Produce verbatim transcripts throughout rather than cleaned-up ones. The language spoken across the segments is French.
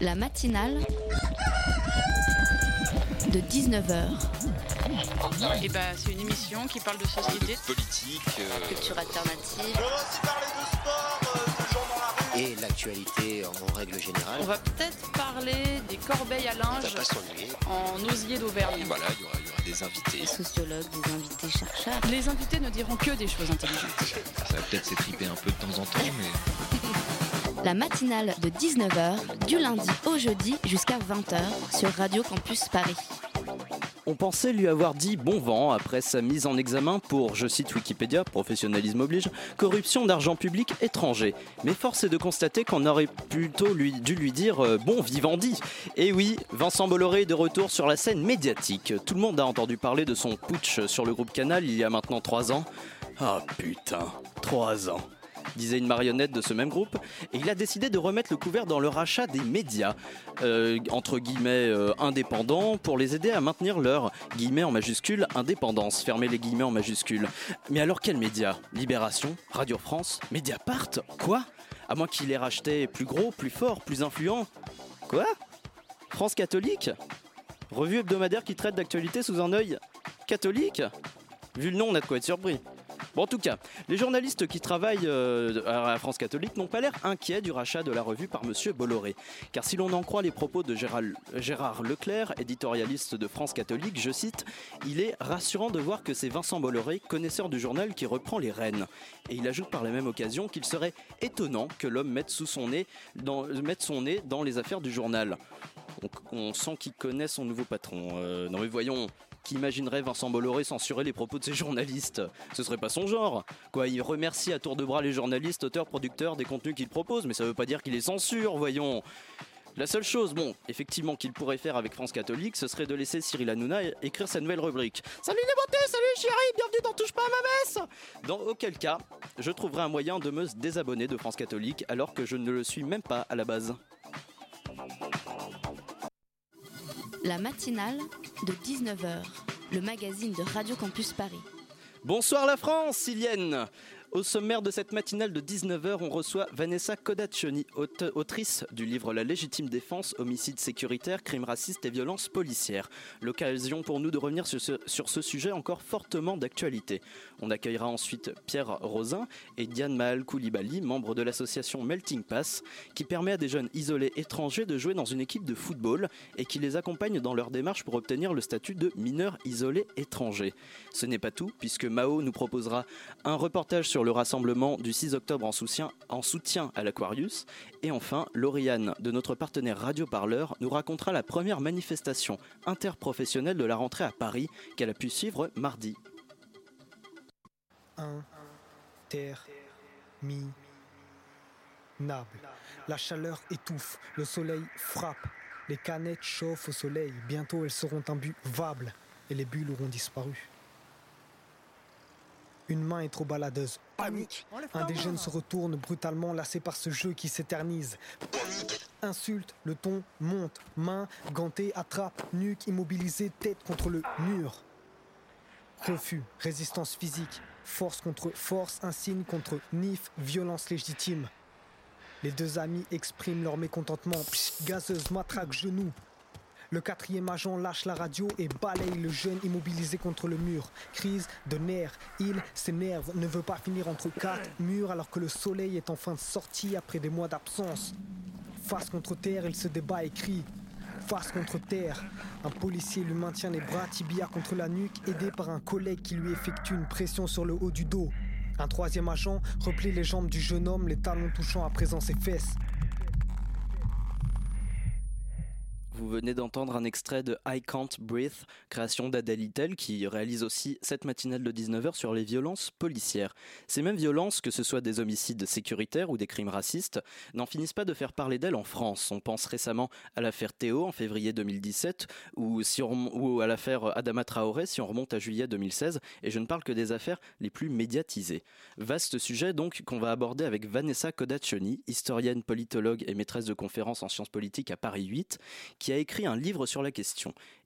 La matinale de dix-neuf heures. Et bah, c'est une émission qui parle de société, de politique, euh... culture alternative. On va aussi parler de sport, euh, de gens dans la rue. Et l'actualité en règle générale. On va peut-être parler des corbeilles à linge On va pas s'ennuyer. en osier d'Auvergne. Et voilà, il y aura, il y aura des invités. Des sociologues, des invités chercheurs. Les invités ne diront que des choses intelligentes. Ça va peut-être s'étriper un peu de temps en temps, mais... La matinale de dix-neuf heures, du lundi au jeudi jusqu'à vingt heures sur Radio Campus Paris. On pensait lui avoir dit bon vent après sa mise en examen pour, je cite Wikipédia, professionnalisme oblige, corruption d'argent public étranger. Mais force est de constater qu'on aurait plutôt lui, dû lui dire euh, bon vivandi. Et oui, Vincent Bolloré est de retour sur la scène médiatique. Tout le monde a entendu parler de son putsch sur le groupe Canal il y a maintenant trois ans. Ah putain, trois ans, disait une marionnette de ce même groupe, et il a décidé de remettre le couvert dans le rachat des médias, euh, entre guillemets euh, indépendants, pour les aider à maintenir leur, guillemets en majuscule, indépendance, fermez les guillemets en majuscule. Mais alors quels médias ? Libération ? Radio France ? Mediapart ? Quoi ? À moins qu'il ait racheté plus gros, plus fort, plus influent ? Quoi ? France catholique ? Revue hebdomadaire qui traite d'actualité sous un œil catholique ? Vu le nom, on a de quoi être surpris. Bon, en tout cas, les journalistes qui travaillent euh, à la France catholique n'ont pas l'air inquiets du rachat de la revue par Monsieur Bolloré. Car si l'on en croit les propos de Gérard, Gérard Leclerc, éditorialiste de France catholique, je cite, « Il est rassurant de voir que c'est Vincent Bolloré, connaisseur du journal, qui reprend les rênes. » Et il ajoute par la même occasion qu'il serait étonnant que l'homme mette, sous son nez dans, mette son nez dans les affaires du journal. Donc, on sent qu'il connaît son nouveau patron. Euh, non mais voyons... Qui imaginerait Vincent Bolloré censurer les propos de ses journalistes ? Ce serait pas son genre. Quoi, il remercie à tour de bras les journalistes, auteurs, producteurs des contenus qu'il propose, mais ça veut pas dire qu'il les censure, voyons. La seule chose, bon, effectivement, qu'il pourrait faire avec France Catholique, ce serait de laisser Cyril Hanouna écrire sa nouvelle rubrique. Salut les beautés, salut chérie, bienvenue dans Touche pas à ma messe. Dans auquel cas, je trouverai un moyen de me désabonner de France Catholique, alors que je ne le suis même pas à la base. La matinale de dix-neuf heures, le magazine de Radio Campus Paris. Bonsoir la France, Silienne. Au sommaire de cette matinale de dix-neuf heures, on reçoit Vanessa Codaccioni, autrice du livre La légitime défense, homicide sécuritaire, crimes racistes et violences policières. L'occasion pour nous de revenir sur ce, sur ce sujet encore fortement d'actualité. On accueillera ensuite Pierre Rosin et Diane Mahal Koulibaly, membres de l'association Melting Pass, qui permet à des jeunes isolés étrangers de jouer dans une équipe de football et qui les accompagne dans leur démarche pour obtenir le statut de mineur isolé étranger. Ce n'est pas tout, puisque Mao nous proposera un reportage sur le rassemblement du six octobre en soutien, en soutien à l'Aquarius. Et enfin, Lauriane, de notre partenaire Radio Parleur, nous racontera la première manifestation interprofessionnelle de la rentrée à Paris qu'elle a pu suivre mardi. Un, terre, mi, nable. La chaleur étouffe, le soleil frappe. Les canettes chauffent au soleil. Bientôt elles seront imbuvables et les bulles auront disparu. Une main est trop baladeuse. Panique. Un des jeunes se retourne brutalement, lassé par ce jeu qui s'éternise. Panique. Insulte, le ton monte. Main gantée, attrape, nuque immobilisée, tête contre le mur. Refus, résistance physique, force contre force, insigne contre nif, violence légitime. Les deux amis expriment leur mécontentement. Psh, gazeuse, matraque, genou. Le quatrième agent lâche la radio et balaye le jeune immobilisé contre le mur. Crise de nerfs, il s'énerve, ne veut pas finir entre quatre murs alors que le soleil est enfin sorti après des mois d'absence. Face contre terre, il se débat et crie. Face contre terre, un policier lui maintient les bras tibia contre la nuque, aidé par un collègue qui lui effectue une pression sur le haut du dos. Un troisième agent replie les jambes du jeune homme, les talons touchant à présent ses fesses. Vous venez d'entendre un extrait de I Can't Breathe, création d'Adèle Littel, qui réalise aussi cette matinale de dix-neuf heures sur les violences policières. Ces mêmes violences, que ce soit des homicides sécuritaires ou des crimes racistes, n'en finissent pas de faire parler d'elles en France. On pense récemment à l'affaire Théo en février deux mille dix-sept ou, si on, ou à l'affaire Adama Traoré si on remonte à juillet deux mille seize, et je ne parle que des affaires les plus médiatisées. Vaste sujet donc qu'on va aborder avec Vanessa Codaccioni, historienne, politologue et maîtresse de conférences en sciences politiques à Paris huit, qui a écrit un livre sur la question.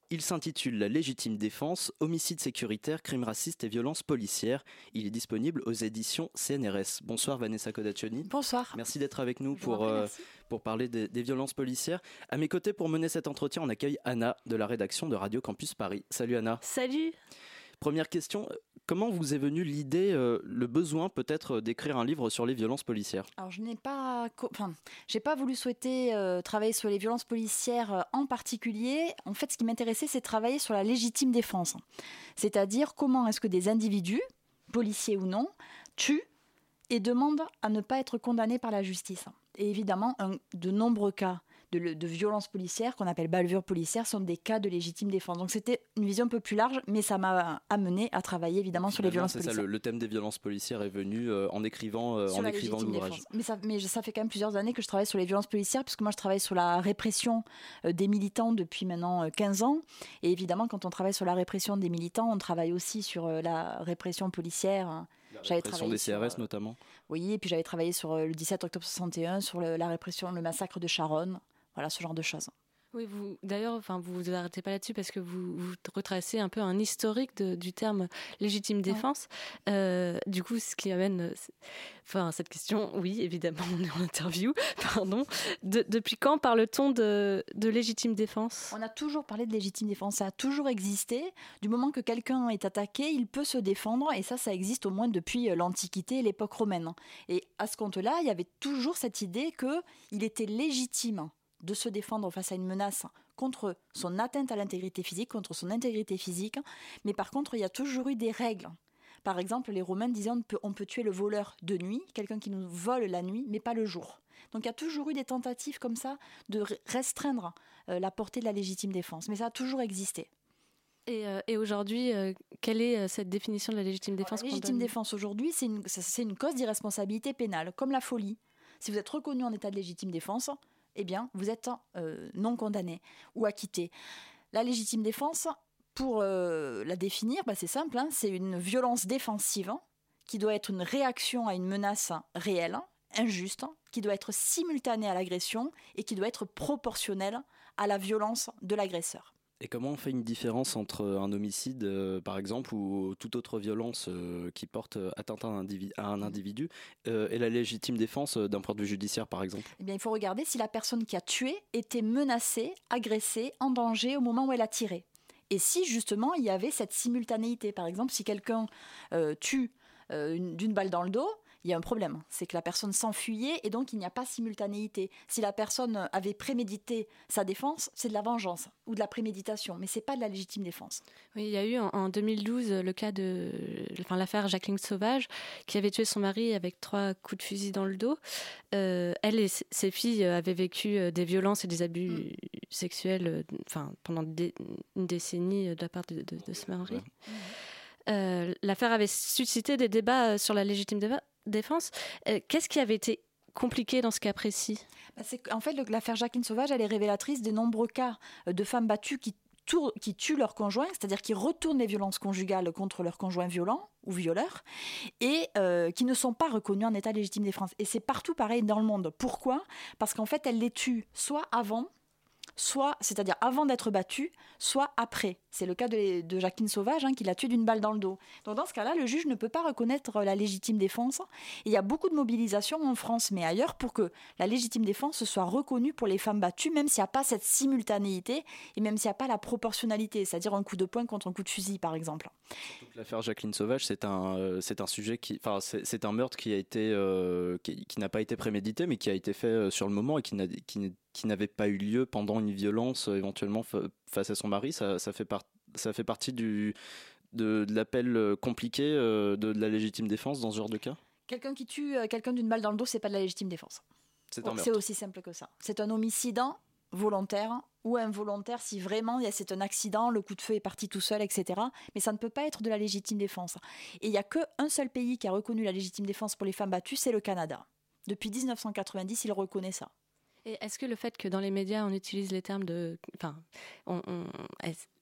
Il s'intitule La légitime défense, homicide sécuritaire, crimes racistes et violences policières. Il est disponible aux éditions C N R S. Bonsoir Vanessa Codaccioni. Bonsoir. Merci d'être avec nous Je pour, prie, euh, pour parler des, des violences policières. À mes côtés pour mener cet entretien, on accueille Anna de la rédaction de Radio Campus Paris. Salut Anna. Salut. Première question, comment vous est venue l'idée, euh, le besoin peut-être d'écrire un livre sur les violences policières ? Alors je n'ai pas, co- enfin, j'ai pas voulu souhaiter euh, travailler sur les violences policières euh, en particulier. En fait, ce qui m'intéressait, c'est de travailler sur la légitime défense. C'est-à-dire comment est-ce que des individus, policiers ou non, tuent et demandent à ne pas être condamnés par la justice. Et évidemment, un, de nombreux cas de, de violences policières, qu'on appelle bavures policières, sont des cas de légitime défense. Donc c'était une vision un peu plus large, mais ça m'a amené à travailler évidemment sur les violences c'est policières. Ça, le, le thème des violences policières est venu euh, en écrivant, euh, Sur en la écrivant légitime l'ouvrage. défense. Mais ça, mais ça fait quand même plusieurs années que je travaille sur les violences policières, puisque moi je travaille sur la répression euh, des militants depuis maintenant euh, quinze ans. Et évidemment, quand on travaille sur la répression des militants, on travaille aussi sur euh, la répression policière. Hein. La J'avais répression des C R S sur, euh, notamment. Oui, et puis j'avais travaillé sur euh, le dix-sept octobre soixante et un, sur le, la répression, le massacre de Charonne. Voilà, ce genre de choses. Oui, vous, d'ailleurs, enfin, vous vous arrêtez pas là-dessus parce que vous, vous retracez un peu un historique de, du terme légitime défense. Ouais. Euh, du coup, ce qui amène, enfin, cette question, oui, évidemment, on est en interview, pardon. De, depuis quand parle-t-on de, de légitime défense ? On a toujours parlé de légitime défense, ça a toujours existé. Du moment que quelqu'un est attaqué, il peut se défendre, et ça, ça existe au moins depuis l'Antiquité et l'époque romaine. Et à ce compte-là, il y avait toujours cette idée qu'il était légitime de se défendre face à une menace contre son atteinte à l'intégrité physique, contre son intégrité physique. Mais par contre, il y a toujours eu des règles. Par exemple, les Romains disaient on peut, on peut tuer le voleur de nuit, quelqu'un qui nous vole la nuit, mais pas le jour. Donc il y a toujours eu des tentatives comme ça de restreindre euh, la portée de la légitime défense. Mais ça a toujours existé. Et, euh, et aujourd'hui, euh, quelle est euh, cette définition de la légitime défense ? La légitime défense aujourd'hui, c'est une, c'est une cause d'irresponsabilité pénale, comme la folie. Si vous êtes reconnu en état de légitime défense, eh bien, vous êtes euh, non condamné ou acquitté. La légitime défense, pour euh, la définir, bah, c'est simple, hein, c'est une violence défensive hein, qui doit être une réaction à une menace réelle, injuste, qui doit être simultanée à l'agression et qui doit être proportionnelle à la violence de l'agresseur. Et comment on fait une différence entre un homicide, euh, par exemple, ou toute autre violence euh, qui porte atteinte à un individu, à un individu euh, et la légitime défense euh, d'un point de vue judiciaire, par exemple ? Eh bien, il faut regarder si la personne qui a tué était menacée, agressée, en danger au moment où elle a tiré. Et si, justement, il y avait cette simultanéité. Par exemple, si quelqu'un euh, tue euh, une, d'une balle dans le dos, il y a un problème, c'est que la personne s'enfuyait et donc il n'y a pas simultanéité. Si la personne avait prémédité sa défense, c'est de la vengeance ou de la préméditation, mais c'est pas de la légitime défense. Oui, il y a eu en, en deux mille douze le cas de, enfin l'affaire Jacqueline Sauvage, qui avait tué son mari avec trois coups de fusil dans le dos. Euh, elle et ses filles avaient vécu des violences et des abus mmh. sexuels, enfin pendant des, une décennie de la part de, de, de ce mari. Ouais. Mmh. Euh, l'affaire avait suscité des débats sur la légitime défense. défense. Euh, qu'est-ce qui avait été compliqué dans ce cas précis ? Bah c'est, en fait, le, l'affaire Jacqueline Sauvage, elle est révélatrice de nombreux cas de femmes battues qui, tour, qui tuent leur conjoint, c'est-à-dire qui retournent les violences conjugales contre leur conjoint violent ou violeur, et euh, qui ne sont pas reconnues en état de légitime défense. Et c'est partout pareil dans le monde. Pourquoi ? Parce qu'en fait, elle les tue soit avant, soit, c'est-à-dire avant d'être battue, soit après. C'est le cas de, de Jacqueline Sauvage, hein, qui l'a tuée d'une balle dans le dos. Donc dans ce cas-là, le juge ne peut pas reconnaître la légitime défense. Et il y a beaucoup de mobilisation en France, mais ailleurs, pour que la légitime défense soit reconnue pour les femmes battues, même s'il n'y a pas cette simultanéité, et même s'il n'y a pas la proportionnalité, c'est-à-dire un coup de poing contre un coup de fusil, par exemple. L'affaire Jacqueline Sauvage, c'est un, euh, c'est un sujet qui, enfin, c'est, c'est un meurtre qui a été, euh, qui, qui n'a pas été prémédité, mais qui a été fait euh, sur le moment et qui, n'a, qui, qui n'avait pas eu lieu pendant une violence euh, éventuellement fa- face à son mari. Ça, ça fait par, ça fait partie du, de, de l'appel compliqué euh, de, de la légitime défense dans ce genre de cas. Quelqu'un qui tue euh, quelqu'un d'une balle dans le dos, c'est pas de la légitime défense. C'est bon, un meurtre. C'est aussi simple que ça. C'est un homicide volontaire ou involontaire si vraiment c'est un accident, le coup de feu est parti tout seul, et cetera. Mais ça ne peut pas être de la légitime défense. Et il n'y a qu'un seul pays qui a reconnu la légitime défense pour les femmes battues, c'est le Canada. Depuis dix-neuf cent quatre-vingt-dix, il reconnaît ça. Et est-ce que le fait que dans les médias on utilise les termes de, enfin, on, on,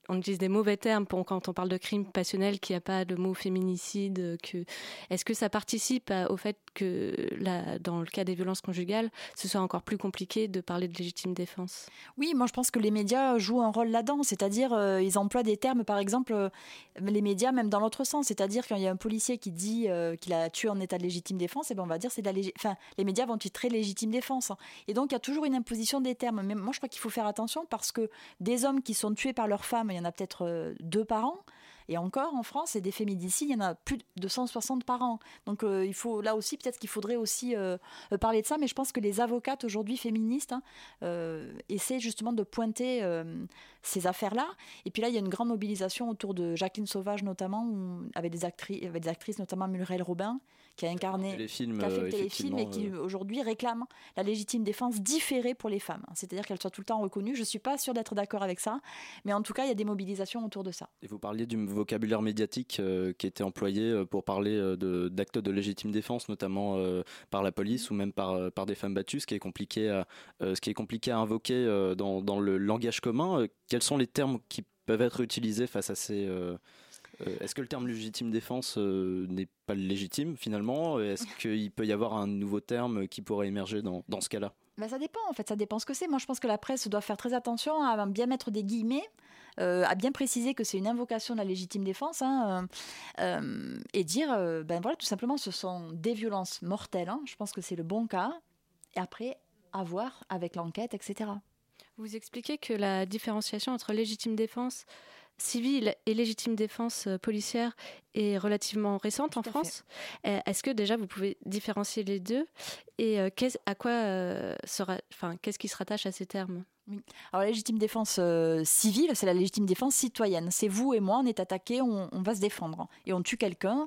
on utilise des mauvais termes pour, quand on parle de crime passionnel, qu'il n'y a pas de mot féminicide. Que... Est-ce que ça participe à, au fait que, la, dans le cas des violences conjugales, ce soit encore plus compliqué de parler de légitime défense ? Oui, moi je pense que les médias jouent un rôle là-dedans, c'est-à-dire euh, ils emploient des termes, par exemple, euh, les médias même dans l'autre sens, c'est-à-dire quand il y a un policier qui dit euh, qu'il a tué en état de légitime défense, et ben on va dire c'est de la lég... enfin, les médias vont titrer légitime défense. Et donc il y a toujours une imposition des termes. Mais moi je crois qu'il faut faire attention parce que des hommes qui sont tués par leur femme, il y en a peut-être euh, deux par an. Et encore, en France, et des féminicides, il y en a plus de cent soixante par an. Donc euh, il faut, là aussi, peut-être qu'il faudrait aussi euh, parler de ça. Mais je pense que les avocates aujourd'hui féministes hein, euh, essaient justement de pointer euh, ces affaires-là. Et puis là, il y a une grande mobilisation autour de Jacqueline Sauvage notamment, où, avec, des actrices, avec des actrices, notamment Muriel Robin, qui a incarné, téléfilm, qui a fait le euh, téléfilm et qui aujourd'hui réclame la légitime défense différée pour les femmes. C'est-à-dire qu'elle soit tout le temps reconnue. Je ne suis pas sûre d'être d'accord avec ça, mais en tout cas, il y a des mobilisations autour de ça. Et vous parliez du vocabulaire médiatique euh, qui était employé pour parler euh, de, d'actes de légitime défense, notamment euh, par la police ou même par, euh, par des femmes battues, ce qui est compliqué à, euh, ce qui est compliqué à invoquer euh, dans, dans le langage commun. Euh, quels sont les termes qui peuvent être utilisés face à ces... Euh, Euh, est-ce que le terme légitime défense euh, n'est pas légitime finalement ? Est-ce qu'il peut y avoir un nouveau terme qui pourrait émerger dans, dans ce cas-là ? Ben ça dépend en fait, ça dépend ce que c'est. Moi je pense que la presse doit faire très attention à bien mettre des guillemets, euh, à bien préciser que c'est une invocation de la légitime défense hein, euh, euh, et dire, euh, ben voilà, tout simplement ce sont des violences mortelles. Hein. Je pense que c'est le bon cas. Et après, à voir avec l'enquête, et cetera. Vous expliquez que la différenciation entre légitime défense civile et légitime défense policière est relativement récente Tout en France. Fait. Est-ce que déjà vous pouvez différencier les deux et euh, qu'est-ce, à quoi euh, sera, enfin, qu'est-ce qui se rattache à ces termes ? Oui. Alors la légitime défense euh, civile, c'est la légitime défense citoyenne. C'est vous et moi, on est attaqués, on, on va se défendre et on tue quelqu'un.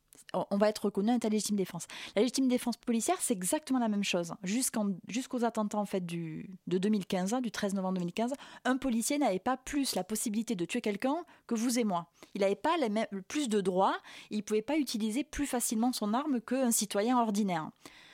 On va être reconnu en état de légitime défense. La légitime défense policière, c'est exactement la même chose. Jusqu'en, jusqu'aux attentats en fait, du, de deux mille quinze, du treize novembre deux mille quinze, un policier n'avait pas plus la possibilité de tuer quelqu'un que vous et moi. Il n'avait pas les mêmes, plus de droits, il ne pouvait pas utiliser plus facilement son arme qu'un citoyen ordinaire.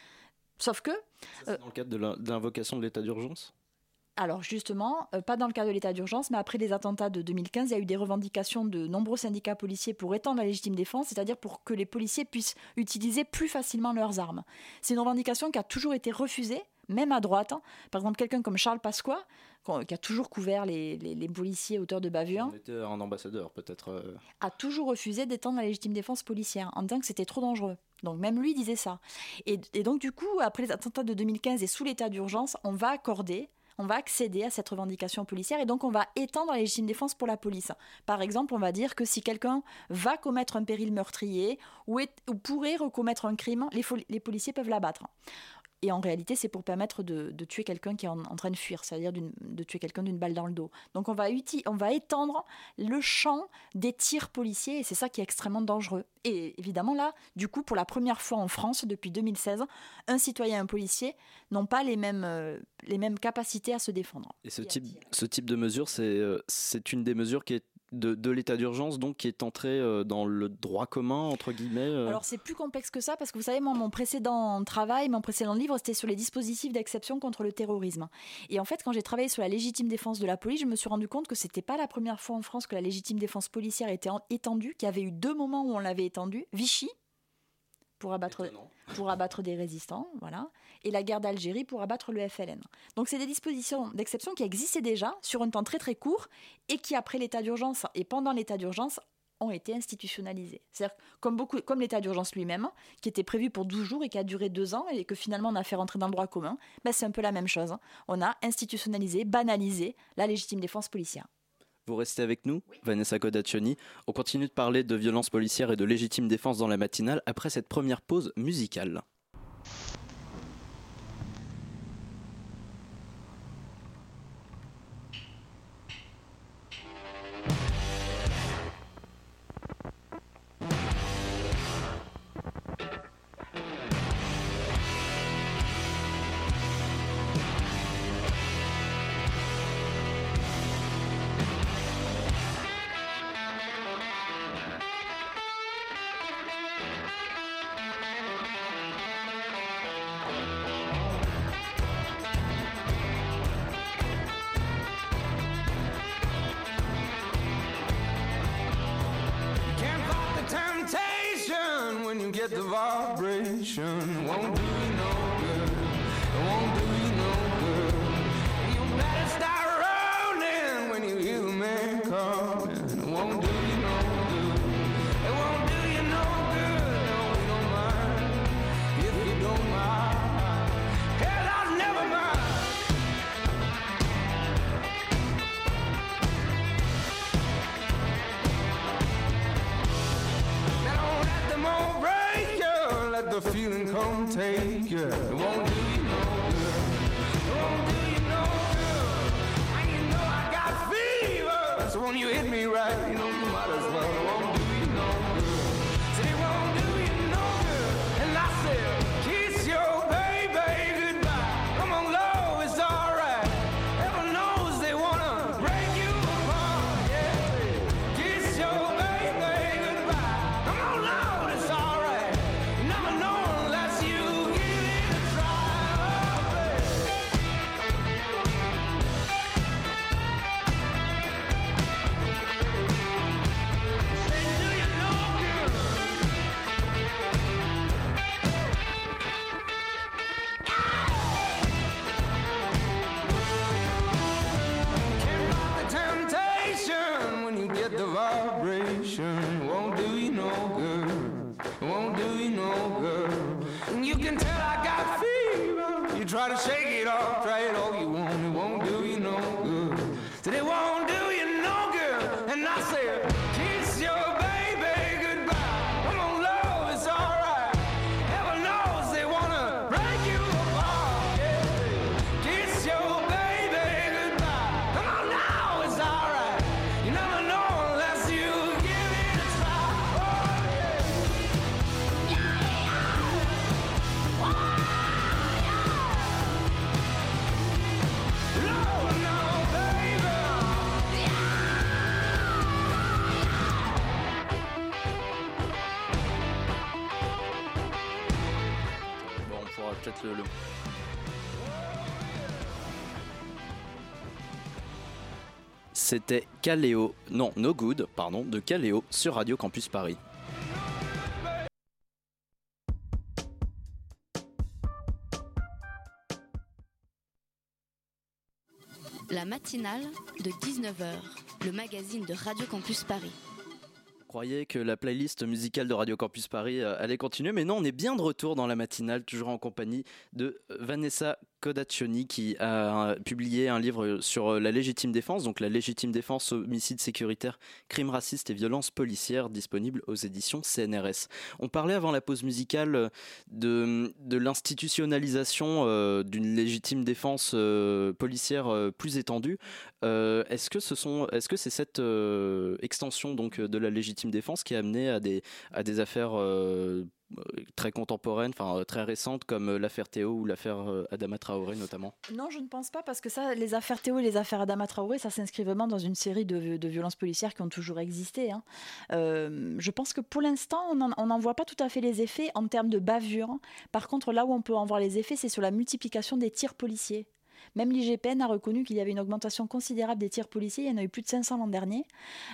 Sauf que... Ça, c'est euh, dans le cadre de, la, de l'invocation de l'état d'urgence ? Alors justement, euh, pas dans le cadre de l'état d'urgence, mais après les attentats de deux mille quinze, il y a eu des revendications de nombreux syndicats policiers pour étendre la légitime défense, c'est-à-dire pour que les policiers puissent utiliser plus facilement leurs armes. C'est une revendication qui a toujours été refusée, même à droite. Hein. Par exemple, quelqu'un comme Charles Pasqua, qui a toujours couvert les, les, les policiers auteurs de bavures, on était un ambassadeur peut-être, euh... a toujours refusé d'étendre la légitime défense policière, en disant que c'était trop dangereux. Donc même lui disait ça. Et, et donc du coup, après les attentats de deux mille quinze et sous l'état d'urgence, on va accorder... on va accéder à cette revendication policière et donc on va étendre la légitime défense pour la police. Par exemple, on va dire que si quelqu'un va commettre un péril meurtrier ou, est, ou pourrait recommettre un crime, les, fo- les policiers peuvent l'abattre. Et en réalité, c'est pour permettre de, de tuer quelqu'un qui est en, en train de fuir, c'est-à-dire d'une, de tuer quelqu'un d'une balle dans le dos. Donc on va, uti- on va étendre le champ des tirs policiers et c'est ça qui est extrêmement dangereux. Et évidemment là, du coup, pour la première fois en France, depuis deux mille seize, un citoyen et un policier n'ont pas les mêmes, euh, les mêmes capacités à se défendre. Et ce type, ce type de mesure, c'est, euh, c'est une des mesures qui est De, de l'état d'urgence, donc, qui est entré euh, dans le droit commun, entre guillemets euh... Alors, c'est plus complexe que ça, parce que vous savez, moi, mon précédent travail, mon précédent livre, c'était sur les dispositifs d'exception contre le terrorisme. Et en fait, quand j'ai travaillé sur la légitime défense de la police, je me suis rendu compte que c'était pas la première fois en France que la légitime défense policière était en- étendue, qu'il y avait eu deux moments où on l'avait étendue. Vichy, pour abattre, pour abattre des résistants, voilà, et la guerre d'Algérie pour abattre le F L N. Donc c'est des dispositions d'exception qui existaient déjà sur un temps très très court et qui après l'état d'urgence et pendant l'état d'urgence ont été institutionnalisées. C'est-à-dire comme, beaucoup, comme l'état d'urgence lui-même, qui était prévu pour douze jours et qui a duré deux ans et que finalement on a fait rentrer dans le droit commun, ben c'est un peu la même chose. On a institutionnalisé, banalisé la légitime défense policière. Vous restez avec nous, oui. Vanessa Codaccioni. On continue de parler de violences policières et de légitime défense dans la matinale après cette première pause musicale. temptation won't do you no good. It won't do you no good. And you better start rolling when you hear the man coming. It won't do you no good. It won't do you no good. No, we don't mind if you don't mind. Hell, I'll never mind. Let the feeling come take you. It won't do you no good. It won't do you no good. And you know I got fever, so when you hit me right, you know you might as well. It won't do you no good. Said it won't do you no good. And I said, kiss your baby goodbye. Come on, love, it's alright. Heaven knows they wanna break you apart. Yeah, kiss your baby goodbye. Come on, love, it's alright. The vibration won't do you no good. It won't do you no good. And you can tell I got fever. You try to shake it off, try it all you want. It won't do you no good. Said it won't do you no good. And I said, kiss your baby goodbye. Come on, love, it's alright. Heaven knows they wanna break you apart. Yeah. Kiss your baby goodbye. Come on now, it's alright. You never know. Peut-être le, le... C'était Kaleo, non, No Good, pardon, de Kaleo sur Radio Campus Paris. La matinale de dix-neuf heures, le magazine de Radio Campus Paris. Je croyais que la playlist musicale de Radio Campus Paris allait continuer, mais non, on est bien de retour dans la matinale, toujours en compagnie de Vanessa Codaccioni qui a publié un livre sur la légitime défense, donc la légitime défense, homicide sécuritaire, crimes racistes et violences policières, disponible aux éditions C N R S. On parlait avant la pause musicale de, de l'institutionnalisation euh, d'une légitime défense euh, policière euh, plus étendue. Euh, est-ce que ce sont, est-ce que c'est cette euh, extension donc de la légitime défense qui a amené à des à des affaires euh, très contemporaines, enfin très récentes comme l'affaire Théo ou l'affaire Adama Traoré notamment? Non, je ne pense pas, parce que ça, les affaires Théo et les affaires Adama Traoré, ça s'inscrit vraiment dans une série de, de violences policières qui ont toujours existé. Hein. Euh, je pense que pour l'instant, on n'en voit pas tout à fait les effets en termes de bavure. Par contre, là où on peut en voir les effets, c'est sur la multiplication des tirs policiers. Même l'I G P N a reconnu qu'il y avait une augmentation considérable des tirs policiers. Il y en a eu plus de cinq cents l'an dernier.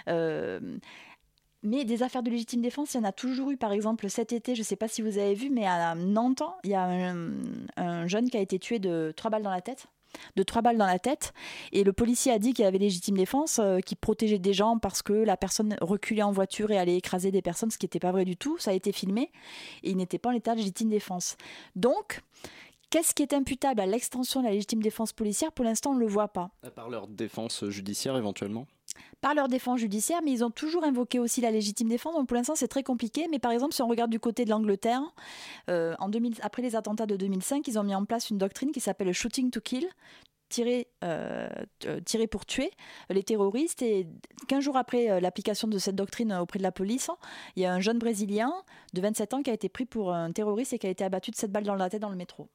Euh, Mais des affaires de légitime défense, il y en a toujours eu. Par exemple, cet été, je ne sais pas si vous avez vu, mais à Nantes, il y a un, un jeune qui a été tué de trois balles dans la tête. de trois balles dans la tête. Et le policier a dit qu'il y avait légitime défense, euh, qu'il protégeait des gens parce que la personne reculait en voiture et allait écraser des personnes, ce qui n'était pas vrai du tout. Ça a été filmé et il n'était pas en état de légitime défense. Donc, qu'est-ce qui est imputable à l'extension de la légitime défense policière? Pour l'instant, on ne le voit pas. À part leur défense judiciaire éventuellement? Par leur défense judiciaire, mais ils ont toujours invoqué aussi la légitime défense. Donc pour l'instant, c'est très compliqué. Mais par exemple, si on regarde du côté de l'Angleterre, euh, en deux mille, après les attentats de deux mille cinq, ils ont mis en place une doctrine qui s'appelle shooting to kill, tirer, euh, tirer pour tuer les terroristes. Et quinze jours après euh, l'application de cette doctrine auprès de la police, il y a un jeune Brésilien de vingt-sept ans qui a été pris pour un terroriste et qui a été abattu de sept balles dans la tête dans le métro.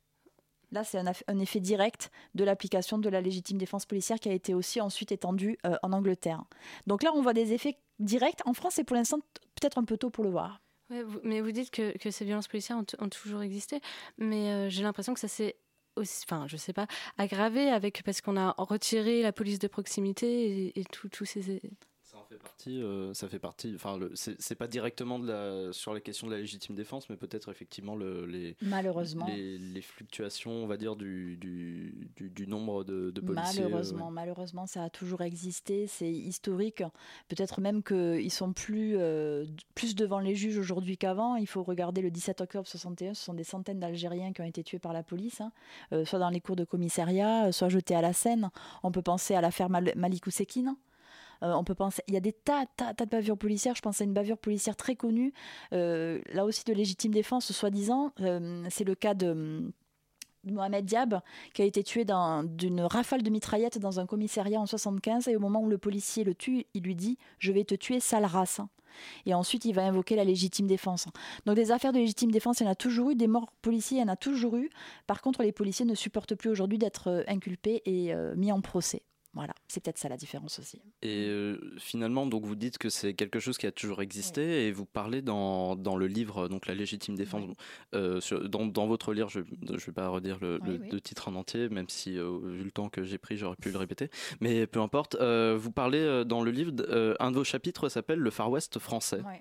Là, c'est un, un effet direct de l'application de la légitime défense policière qui a été aussi ensuite étendue euh, en Angleterre. Donc là, on voit des effets directs. En France, c'est pour l'instant peut-être un peu tôt pour le voir. Ouais, vous, mais vous dites que, que ces violences policières ont, t- ont toujours existé, mais euh, j'ai l'impression que ça s'est aussi, enfin, je sais pas, aggravé avec, parce qu'on a retiré la police de proximité et, et tous ces... fait partie, euh, ça fait partie. Enfin, le, c'est, c'est pas directement de la, sur la question de la légitime défense, mais peut-être effectivement le, les, malheureusement, les, les fluctuations, on va dire, du, du, du, du nombre de, de policiers. Malheureusement, euh, malheureusement, ça a toujours existé. C'est historique. Peut-être même qu'ils sont plus, euh, plus devant les juges aujourd'hui qu'avant. Il faut regarder le dix-sept octobre soixante et un. Ce sont des centaines d'Algériens qui ont été tués par la police, hein, euh, soit dans les cours de commissariat, soit jetés à la Seine. On peut penser à l'affaire Mal- Malik Oussekine. Euh, on peut penser, il y a des tas, tas, tas de bavures policières. Je pense à une bavure policière très connue, euh, là aussi de légitime défense, soi-disant. Euh, c'est le cas de, de Mohamed Diab, qui a été tué dans, d'une rafale de mitraillettes dans un commissariat en soixante-quinze. Et au moment où le policier le tue, il lui dit « Je vais te tuer, sale race ». Et ensuite, il va invoquer la légitime défense. Donc des affaires de légitime défense, il y en a toujours eu. Des morts policiers, il y en a toujours eu. Par contre, les policiers ne supportent plus aujourd'hui d'être inculpés et euh, mis en procès. Voilà, c'est peut-être ça la différence aussi. Et euh, finalement, donc vous dites que c'est quelque chose qui a toujours existé, oui. Et vous parlez dans, dans le livre, donc la légitime défense, oui. euh, sur, dans, dans votre livre, je ne vais pas redire le, oui, le, oui. le titre en entier, même si euh, vu le temps que j'ai pris, j'aurais pu le répéter, mais peu importe. Euh, vous parlez euh, dans le livre, euh, un de vos chapitres s'appelle le Far West français. Oui.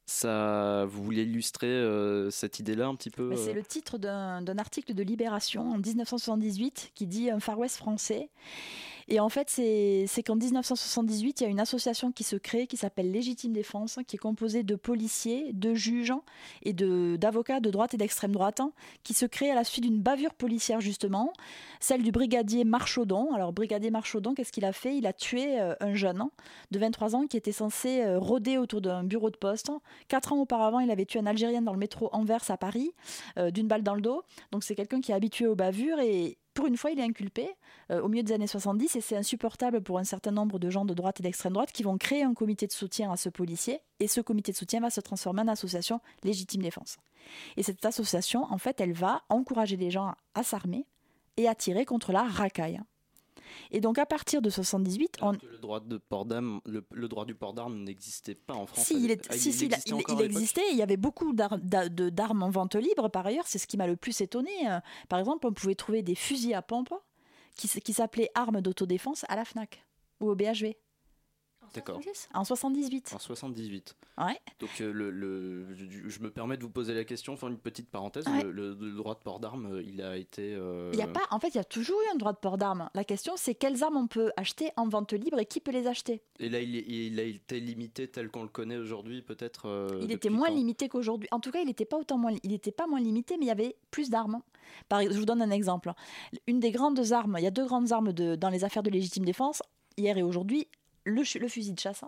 Ça, vous voulez illustrer euh, cette idée-là un petit peu euh... C'est le titre d'un, d'un article de Libération en dix-neuf cent soixante-dix-huit qui dit un Far West français. Et en fait, c'est, c'est qu'en dix-neuf cent soixante-dix-huit, il y a une association qui se crée, qui s'appelle Légitime Défense, qui est composée de policiers, de juges et de, d'avocats de droite et d'extrême droite, qui se crée à la suite d'une bavure policière, justement, celle du brigadier Marchaudon. Alors, brigadier Marchaudon, qu'est-ce qu'il a fait ? Il a tué euh, un jeune de vingt-trois ans qui était censé euh, rôder autour d'un bureau de poste. Quatre ans auparavant, il avait tué un Algérien dans le métro Anvers à Paris, euh, d'une balle dans le dos. Donc, c'est quelqu'un qui est habitué aux bavures et pour une fois, il est inculpé euh, au milieu des années soixante-dix et c'est insupportable pour un certain nombre de gens de droite et d'extrême droite qui vont créer un comité de soutien à ce policier et ce comité de soutien va se transformer en association Légitime Défense. Et cette association, en fait, elle va encourager les gens à s'armer et à tirer contre la racaille. Et donc à partir de soixante-dix-huit, on... le droit de port d'armes, le, le droit du port d'armes n'existait pas en France. Si, il, est, ah, si, il, si, existait, il, il existait. Il y avait beaucoup d'ar- d'armes en vente libre. Par ailleurs, c'est ce qui m'a le plus étonné. Par exemple, on pouvait trouver des fusils à pompe qui, qui s'appelaient armes d'autodéfense à la Fnac ou au B H V. D'accord. En soixante-dix-huit. En soixante-dix-huit. Ouais. Donc euh, le, le, je, je me permets de vous poser la question, faire une petite parenthèse. Ouais. Le, le, le droit de port d'armes, il a été. Euh... Il y a pas. En fait, il y a toujours eu un droit de port d'armes. La question, c'est quelles armes on peut acheter en vente libre et qui peut les acheter. Et là, il, il a été limité tel qu'on le connaît aujourd'hui, peut-être. Euh, il était moins quand limité qu'aujourd'hui. En tout cas, il n'était pas autant moins. Il n'était pas moins limité, mais il y avait plus d'armes. Par, je vous donne un exemple. Une des grandes armes. Il y a deux grandes armes de, dans les affaires de légitime défense hier et aujourd'hui. Le, le fusil de chasse.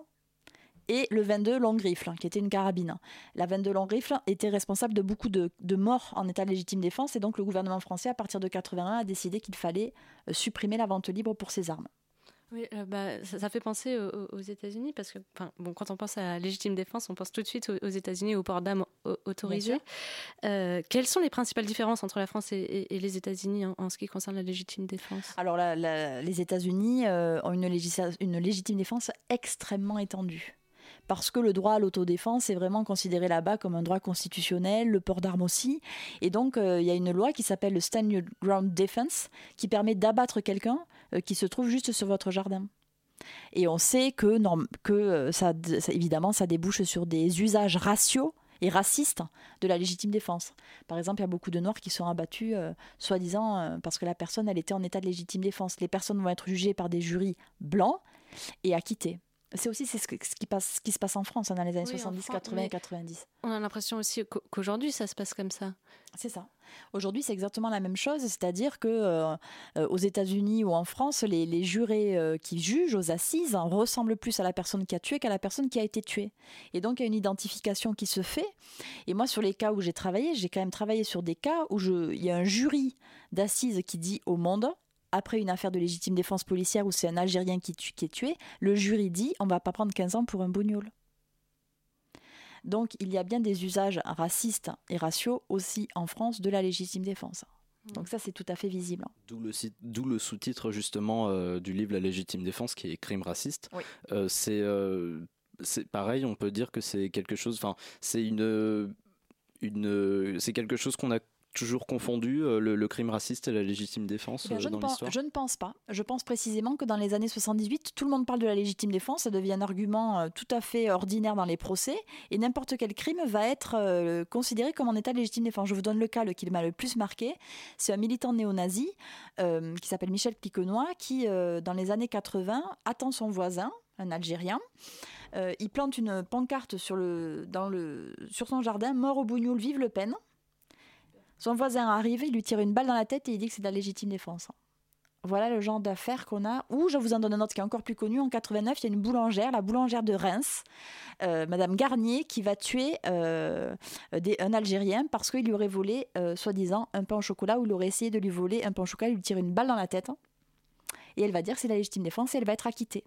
Et le vingt-deux long rifle, qui était une carabine. La vingt-deux long rifle était responsable de beaucoup de, de morts en état de légitime défense, et donc le gouvernement français, à partir de quatre-vingt-un, a décidé qu'il fallait euh, supprimer la vente libre pour ces armes. Oui, euh, bah, ça, ça fait penser aux, aux États-Unis, parce que bon, quand on pense à la légitime défense, on pense tout de suite aux, aux États-Unis, au port d'armes autorisé. Euh, quelles sont les principales différences entre la France et, et, et les États-Unis en, en ce qui concerne la légitime défense ? Alors, la, la, les États-Unis euh, ont une, légis- une légitime défense extrêmement étendue. Parce que le droit à l'autodéfense est vraiment considéré là-bas comme un droit constitutionnel, le port d'armes aussi. Et donc, il euh, y a une loi qui s'appelle le Stand Your Ground Defense, qui permet d'abattre quelqu'un euh, qui se trouve juste sur votre jardin. Et on sait que, norm- que euh, ça, ça, évidemment, ça débouche sur des usages raciaux et racistes de la légitime défense. Par exemple, il y a beaucoup de Noirs qui sont abattus, euh, soi-disant, euh, parce que la personne, elle était en état de légitime défense. Les personnes vont être jugées par des jurys blancs et acquittées. C'est aussi c'est ce, que, ce, qui passe, ce qui se passe en France hein, dans les années oui, soixante-dix, quatre-vingts et quatre-vingt-dix. On a l'impression aussi qu'aujourd'hui, ça se passe comme ça. C'est ça. Aujourd'hui, c'est exactement la même chose, c'est-à-dire que euh, euh, aux États-Unis ou en France, les, les jurés euh, qui jugent aux assises hein, ressemblent plus à la personne qui a tué qu'à la personne qui a été tuée. Et donc, il y a une identification qui se fait. Et moi, sur les cas où j'ai travaillé, j'ai quand même travaillé sur des cas où je, il y a un jury d'assises qui dit au monde... Après une affaire de légitime défense policière où c'est un Algérien qui, tue, qui est tué, le jury dit on ne va pas prendre quinze ans pour un bougnoul. Donc il y a bien des usages racistes et raciaux aussi en France de la légitime défense. Donc ça c'est tout à fait visible. D'où le, d'où le sous-titre justement euh, du livre La légitime défense qui est crime raciste. Oui. Euh, c'est, euh, c'est pareil, on peut dire que c'est quelque chose, enfin c'est une, une, c'est quelque chose qu'on a toujours confondu euh, le, le crime raciste et la légitime défense eh bien, euh, je, dans ne pense, l'histoire? je ne pense pas. Je pense précisément que dans les années soixante-dix-huit, tout le monde parle de la légitime défense, ça devient un argument euh, tout à fait ordinaire dans les procès, et n'importe quel crime va être euh, considéré comme en état de légitime défense. Je vous donne le cas le, qui m'a le plus marqué, c'est un militant néo-nazi euh, qui s'appelle Michel Pliquenois, qui euh, dans les années quatre-vingts attend son voisin, un Algérien. Euh, il plante une pancarte sur, le, dans le, sur son jardin, mort au bougnoul, vive Le Pen. Son voisin arrive, il lui tire une balle dans la tête et il dit que c'est de la légitime défense. Voilà le genre d'affaires qu'on a. Ou, je vous en donne un autre qui est encore plus connu. En quatre-vingt-neuf, il y a une boulangère, la boulangère de Reims, euh, Madame Garnier, qui va tuer euh, des, un Algérien parce qu'il lui aurait volé, euh, soi-disant, un pain au chocolat, ou il aurait essayé de lui voler un pain au chocolat, il lui tire une balle dans la tête. Et elle va dire que c'est la légitime défense et elle va être acquittée.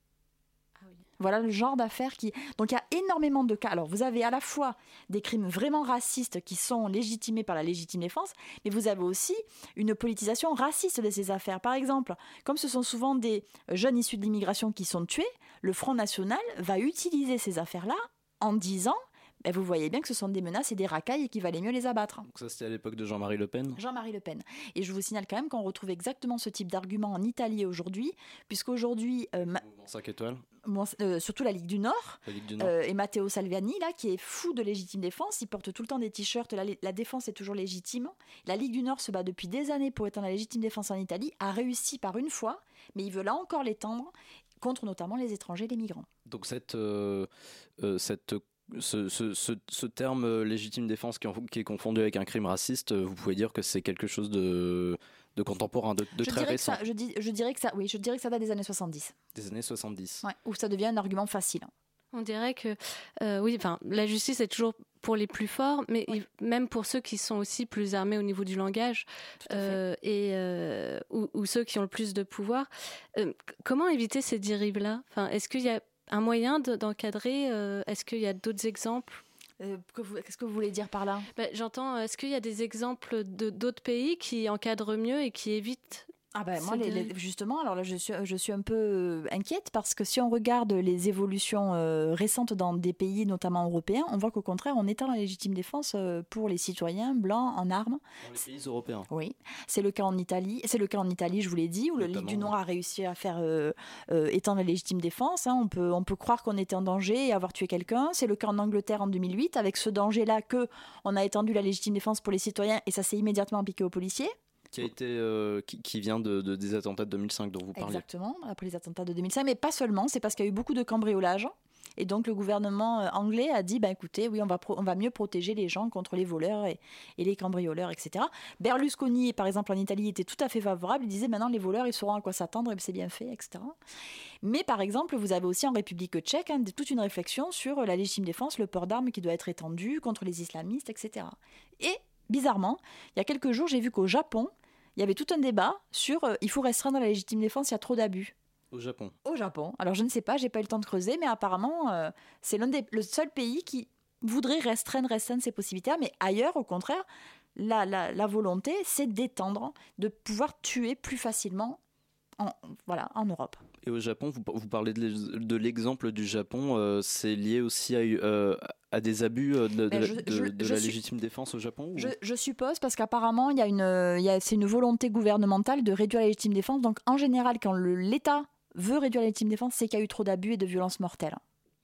Voilà le genre d'affaires qui... Donc il y a énormément de cas. Alors vous avez à la fois des crimes vraiment racistes qui sont légitimés par la légitime défense, mais vous avez aussi une politisation raciste de ces affaires. Par exemple, comme ce sont souvent des jeunes issus de l'immigration qui sont tués, le Front National va utiliser ces affaires-là en disant... Ben vous voyez bien que ce sont des menaces et des racailles et qu'il valait mieux les abattre. Donc ça, c'était à l'époque de Jean-Marie Le Pen. Jean-Marie Le Pen. Et je vous signale quand même qu'on retrouve exactement ce type d'argument en Italie aujourd'hui, puisqu'aujourd'hui... Euh, ma... cinq étoiles. Bon, euh, surtout la Ligue du Nord, la Ligue du Nord. Euh, et Matteo Salvini, là, qui est fou de légitime défense, il porte tout le temps des t-shirts, la, la défense est toujours légitime. La Ligue du Nord se bat depuis des années pour étendre la légitime défense en Italie, a réussi par une fois, mais il veut là encore l'étendre, contre notamment les étrangers, les migrants. Donc cette... Euh, euh, cette Ce, ce, ce, ce terme euh, légitime défense qui, en, qui est confondu avec un crime raciste, euh, vous pouvez dire que c'est quelque chose de, de contemporain, de, de je très récent. Ça, je, dis, je, dirais que ça, oui, je dirais que ça date des années soixante-dix. Des années soixante-dix. Ouais, où ça devient un argument facile. On dirait que euh, oui, enfin, la justice est toujours pour les plus forts, mais oui. il, même pour ceux qui sont aussi plus armés au niveau du langage euh, et euh, ou, ou ceux qui ont le plus de pouvoir. Euh, comment éviter ces dérives-là? Enfin, est-ce qu'il y a un moyen de, d'encadrer euh, Est-ce qu'il y a d'autres exemples? euh, que vous, Qu'est-ce que vous voulez dire par là? ben, J'entends, est-ce qu'il y a des exemples de, d'autres pays qui encadrent mieux et qui évitent? Ah ben moi, les, les, justement, alors là, je suis, je suis un peu inquiète parce que si on regarde les évolutions euh, récentes dans des pays, notamment européens, on voit qu'au contraire, on étend la légitime défense euh, pour les citoyens blancs en armes. Dans les pays européens. Oui, c'est le cas en Italie. C'est le cas en Italie, je vous l'ai dit, où notamment, le Ligue du Nord a réussi à faire euh, euh, étendre la légitime défense. Hein. On peut, on peut croire qu'on était en danger et avoir tué quelqu'un. C'est le cas en Angleterre en deux mille huit, avec ce danger-là que on a étendu la légitime défense pour les citoyens et ça s'est immédiatement appliqué aux policiers. Qui, a été, euh, qui, qui vient de, de, des attentats de deux mille cinq dont vous parliez. Exactement, après les attentats de deux mille cinq, mais pas seulement, c'est parce qu'il y a eu beaucoup de cambriolages. Et donc le gouvernement anglais a dit, bah, écoutez, oui, on va, pro- on va mieux protéger les gens contre les voleurs et, et les cambrioleurs, et cetera. Berlusconi, par exemple, en Italie, était tout à fait favorable. Il disait, maintenant, les voleurs, ils sauront à quoi s'attendre, et c'est bien fait, et cetera. Mais par exemple, vous avez aussi en République tchèque hein, toute une réflexion sur la légitime défense, le port d'armes qui doit être étendu contre les islamistes, et cetera. Et bizarrement, il y a quelques jours, j'ai vu qu'au Japon, il y avait tout un débat sur euh, il faut restreindre la légitime défense, il y a trop d'abus. Au Japon. Au Japon. Alors je ne sais pas, j'ai pas eu le temps de creuser, mais apparemment euh, c'est l'un des, le seul pays qui voudrait restreindre, restreindre ces possibilités. Mais ailleurs, au contraire, la, la, la volonté, c'est d'étendre, de pouvoir tuer plus facilement en, voilà, en Europe. Et au Japon, vous, vous parlez de, de l'exemple du Japon, euh, c'est lié aussi à, euh, à des abus de, de, je, de, je, de je la suis, légitime défense au Japon ou... je, je suppose, parce qu'apparemment, il y a une, il y a, c'est une volonté gouvernementale de réduire la légitime défense. Donc en général, quand le, l'État veut réduire la légitime défense, c'est qu'il y a eu trop d'abus et de violences mortelles.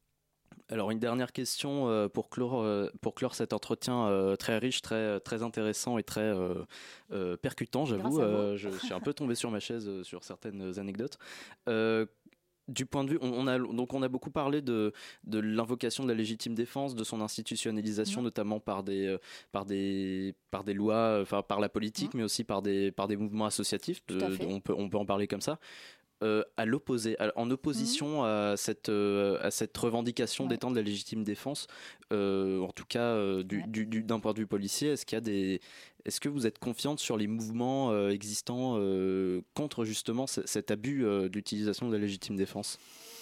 Alors une dernière question euh, pour clore euh, pour clore cet entretien euh, très riche, très très intéressant et très euh, euh, percutant, j'avoue. Euh, je suis un peu tombé sur ma chaise euh, sur certaines anecdotes. Euh, Du point de vue, on, on a donc on a beaucoup parlé de de l'invocation de la légitime défense, de son institutionnalisation, mmh. notamment par des euh, par des par des lois, enfin par la politique, mmh. mais aussi par des par des mouvements associatifs. De, de, on peut on peut en parler comme ça. Euh, à l'opposé, en opposition mmh. à, cette, euh, à cette revendication ouais. d'étendre la légitime défense, euh, en tout cas euh, du, ouais. du, du, d'un point de vue policier, est-ce qu'il y a des, est-ce que vous êtes confiante sur les mouvements euh, existants euh, contre justement c- cet abus euh, d'utilisation de la légitime défense ?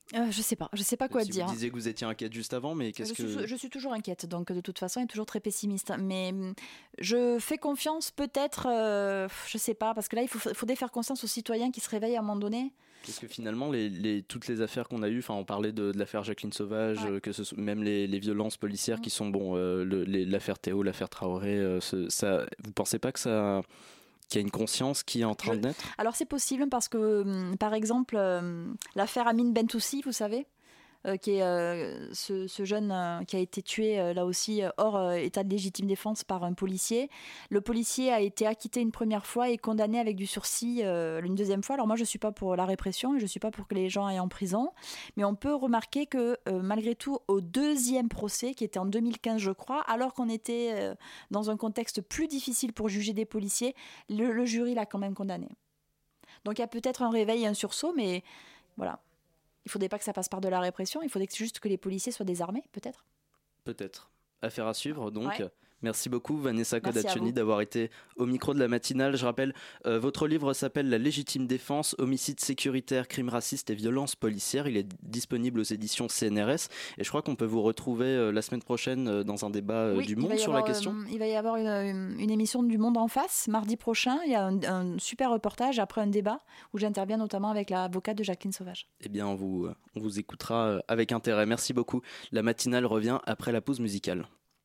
Euh, je sais pas, je sais pas quoi si dire. Vous disiez que vous étiez inquiète juste avant, mais qu'est-ce je que... Suis, je suis toujours inquiète, donc de toute façon, et toujours très pessimiste. Mais je fais confiance peut-être, euh, je sais pas, parce que là, il faut, faudrait faire confiance aux citoyens qui se réveillent à un moment donné. Parce que finalement, les, les, toutes les affaires qu'on a eues, on parlait de, de l'affaire Jacqueline Sauvage, ouais. euh, que ce soit, même les, les violences policières mmh. qui sont, bon, euh, le, les, l'affaire Théo, l'affaire Traoré, euh, ce, ça, vous pensez pas que ça... qu'il y a une conscience qui est en train je... de naître? Alors c'est possible parce que, par exemple, euh, l'affaire Amine Bentoussi, vous savez, euh, qui est euh, ce, ce jeune euh, qui a été tué euh, là aussi euh, hors euh, état de légitime défense par un policier. Le policier a été acquitté une première fois et condamné avec du sursis euh, une deuxième fois. Alors moi je ne suis pas pour la répression et je ne suis pas pour que les gens aillent en prison, mais on peut remarquer que euh, malgré tout au deuxième procès, qui était en deux mille quinze je crois, alors qu'on était euh, dans un contexte plus difficile pour juger des policiers, le, le jury l'a quand même condamné. Donc il y a peut-être un réveil et un sursaut, mais voilà. Il ne faudrait pas que ça passe par de la répression, il faudrait juste que les policiers soient désarmés, peut-être. Peut-être. Affaire à suivre, donc. Ouais. Merci beaucoup Vanessa Kodachoni d'avoir été au micro de la matinale. Je rappelle, euh, votre livre s'appelle La légitime défense, homicide sécuritaire, crimes racistes et violences policières. Il est disponible aux éditions C N R S et je crois qu'on peut vous retrouver euh, la semaine prochaine euh, dans un débat euh, oui, du Monde sur avoir, la question. Euh, il va y avoir une, une, une émission du Monde en face mardi prochain. Il y a un, un super reportage après un débat où j'interviens notamment avec l'avocate de Jacqueline Sauvage. Eh bien, on vous, on vous écoutera avec intérêt. Merci beaucoup. La matinale revient après la pause musicale.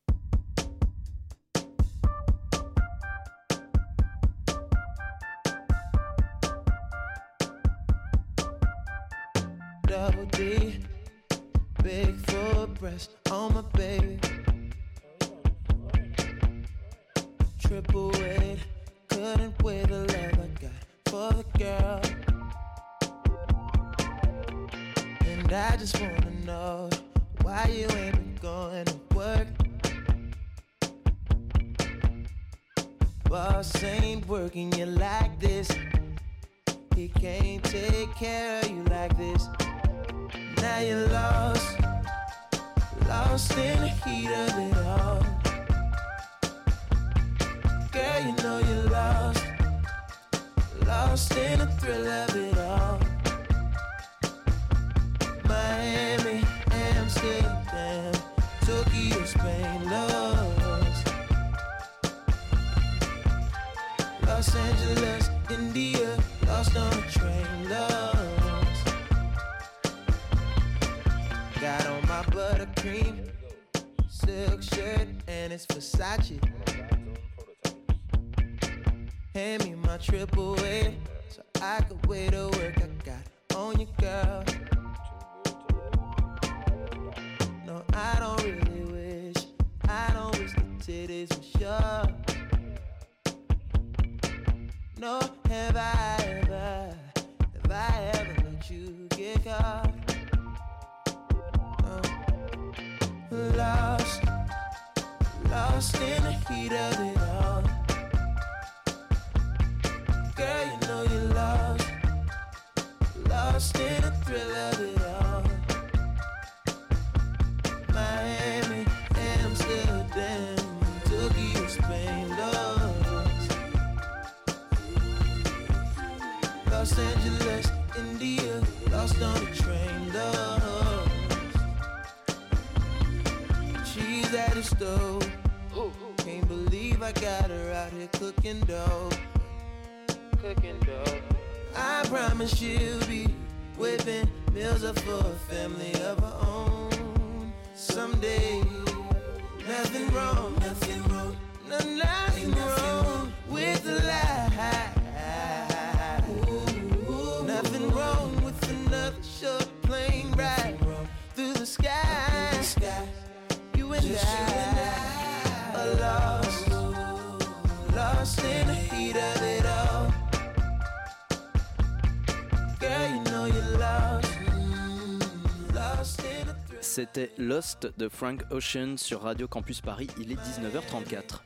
Double D, big full breast on my baby. Triple weight, couldn't weigh the love I got for the girl. And I just wanna know why you ain't been going to work. Boss ain't working you like this. He can't take care of you like this. Now you're lost, lost in the heat of it all. Girl, you know you're lost, lost in the thrill of it all. Miami, Amsterdam, Tokyo, Spain, lost. Los Angeles, India, lost on a train, lost. Got on my buttercream silk shirt and it's Versace. Hand me my triple A so I could weigh the work I got on you, girl. No, I don't really wish, I don't wish the titties were sure. No, have I ever, have I ever let you get caught? Lost, lost in the heat of it all. Girl, you know you're lost, lost in the thrill of it all. Miami, Amsterdam, Tokyo, Spain, lost. Los Angeles, India, lost on the train, lost. She's at the stove. Can't believe I got her out here cooking dough. Cooking dough. I promise she'll be whipping meals up for a family of her own someday. Nothing wrong, nothing wrong, no, nothing wrong with the lie. Ooh, nothing wrong with another short plane ride through the sky. You and Just I, you and I are lost, lost in the heat of it all. Girl, you know you're lost, lost in the thrill. C'était Lost de Frank Ocean sur Radio Campus Paris, il est dix-neuf heures trente-quatre.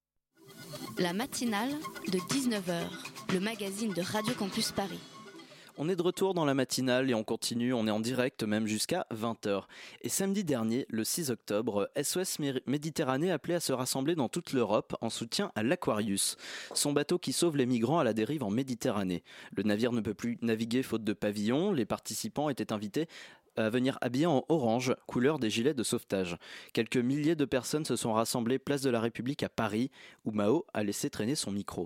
La matinale de dix-neuf heures, le magazine de Radio Campus Paris. On est de retour dans la matinale et on continue, on est en direct même jusqu'à vingt heures. Et samedi dernier, le six octobre, S O S Méditerranée appelait à se rassembler dans toute l'Europe en soutien à l'Aquarius, son bateau qui sauve les migrants à la dérive en Méditerranée. Le navire ne peut plus naviguer faute de pavillon, les participants étaient invités à venir habillés en orange, couleur des gilets de sauvetage. Quelques milliers de personnes se sont rassemblées place de la République à Paris, où Mao a laissé traîner son micro.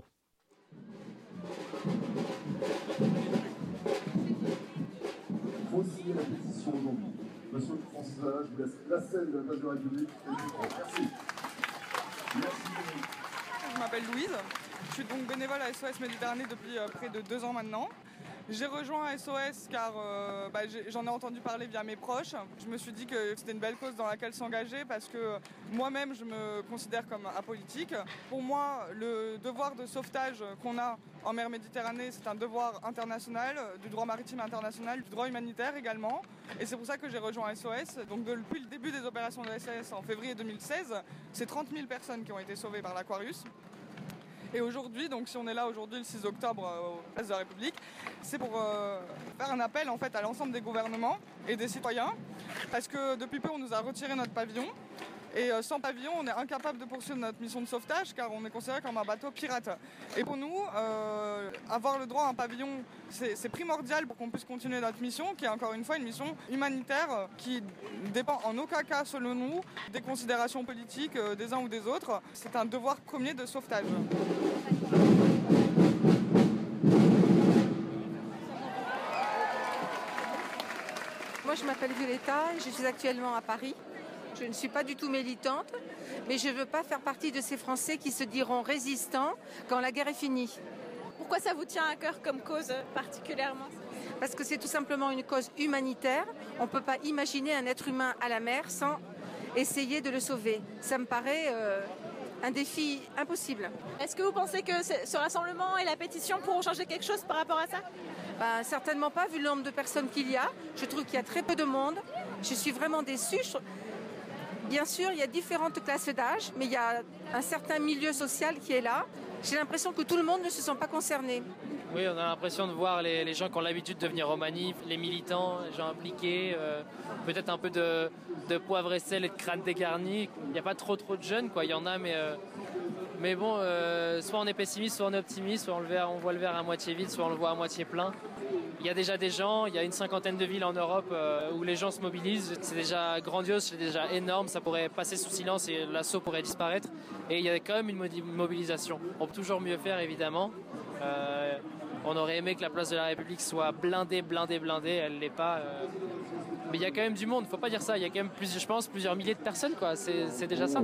Aussi la pétition aujourd'hui. Monsieur François, je vous laisse la scène de la place de la République. Merci. Merci. Je m'appelle Louise. Je suis donc bénévole à S O S Méditerranée depuis euh, près de deux ans maintenant. J'ai rejoint S O S car euh, bah, j'en ai entendu parler via mes proches. Je me suis dit que c'était une belle cause dans laquelle s'engager parce que moi-même je me considère comme apolitique. Pour moi, le devoir de sauvetage qu'on a en mer Méditerranée, c'est un devoir international, du droit maritime international, du droit humanitaire également. Et c'est pour ça que j'ai rejoint S O S. Donc depuis le début des opérations de S O S en février deux mille seize, c'est trente mille personnes qui ont été sauvées par l'Aquarius. Et aujourd'hui, donc si on est là aujourd'hui le six octobre euh, au Place de la République, c'est pour euh, faire un appel en fait à l'ensemble des gouvernements et des citoyens, parce que depuis peu on nous a retiré notre pavillon. Et euh, sans pavillon, on est incapable de poursuivre notre mission de sauvetage car on est considéré comme un bateau pirate. Et pour nous, euh, avoir le droit à un pavillon, c'est, c'est primordial pour qu'on puisse continuer notre mission, qui est encore une fois une mission humanitaire euh, qui dépend en aucun cas, selon nous, des considérations politiques euh, des uns ou des autres. C'est un devoir premier de sauvetage. Moi, je m'appelle Violetta et je suis actuellement à Paris. Je ne suis pas du tout militante, mais je ne veux pas faire partie de ces Français qui se diront résistants quand la guerre est finie. Pourquoi ça vous tient à cœur comme cause particulièrement ? Parce que c'est tout simplement une cause humanitaire. On ne peut pas imaginer un être humain à la mer sans essayer de le sauver. Ça me paraît euh, un défi impossible. Est-ce que vous pensez que ce rassemblement et la pétition pourront changer quelque chose par rapport à ça ? Ben, certainement pas, vu le nombre de personnes qu'il y a. Je trouve qu'il y a très peu de monde. Je suis vraiment déçue. Je... Bien sûr, il y a différentes classes d'âge, mais il y a un certain milieu social qui est là. J'ai l'impression que tout le monde ne se sent pas concerné. Oui, on a l'impression de voir les, les gens qui ont l'habitude de venir aux manifs, les militants, les gens impliqués, euh, peut-être un peu de, de poivre et sel et de crâne dégarni. Il n'y a pas trop trop de jeunes, quoi. Il y en a, mais, euh, mais bon, euh, soit on est pessimiste, soit on est optimiste, soit on, le verre, on voit le verre à moitié vide, soit on le voit à moitié plein. Il y a déjà des gens, il y a une cinquantaine de villes en Europe euh, où les gens se mobilisent. C'est déjà grandiose, c'est déjà énorme, ça pourrait passer sous silence et l'assaut pourrait disparaître. Et il y a quand même une mobilisation. On peut toujours mieux faire, évidemment. Euh, on aurait aimé que la place de la République soit blindée, blindée, blindée. Elle ne l'est pas. Euh... Mais il y a quand même du monde, il ne faut pas dire ça. Il y a quand même, plus, je pense, plusieurs milliers de personnes, quoi. C'est, c'est déjà ça, non ?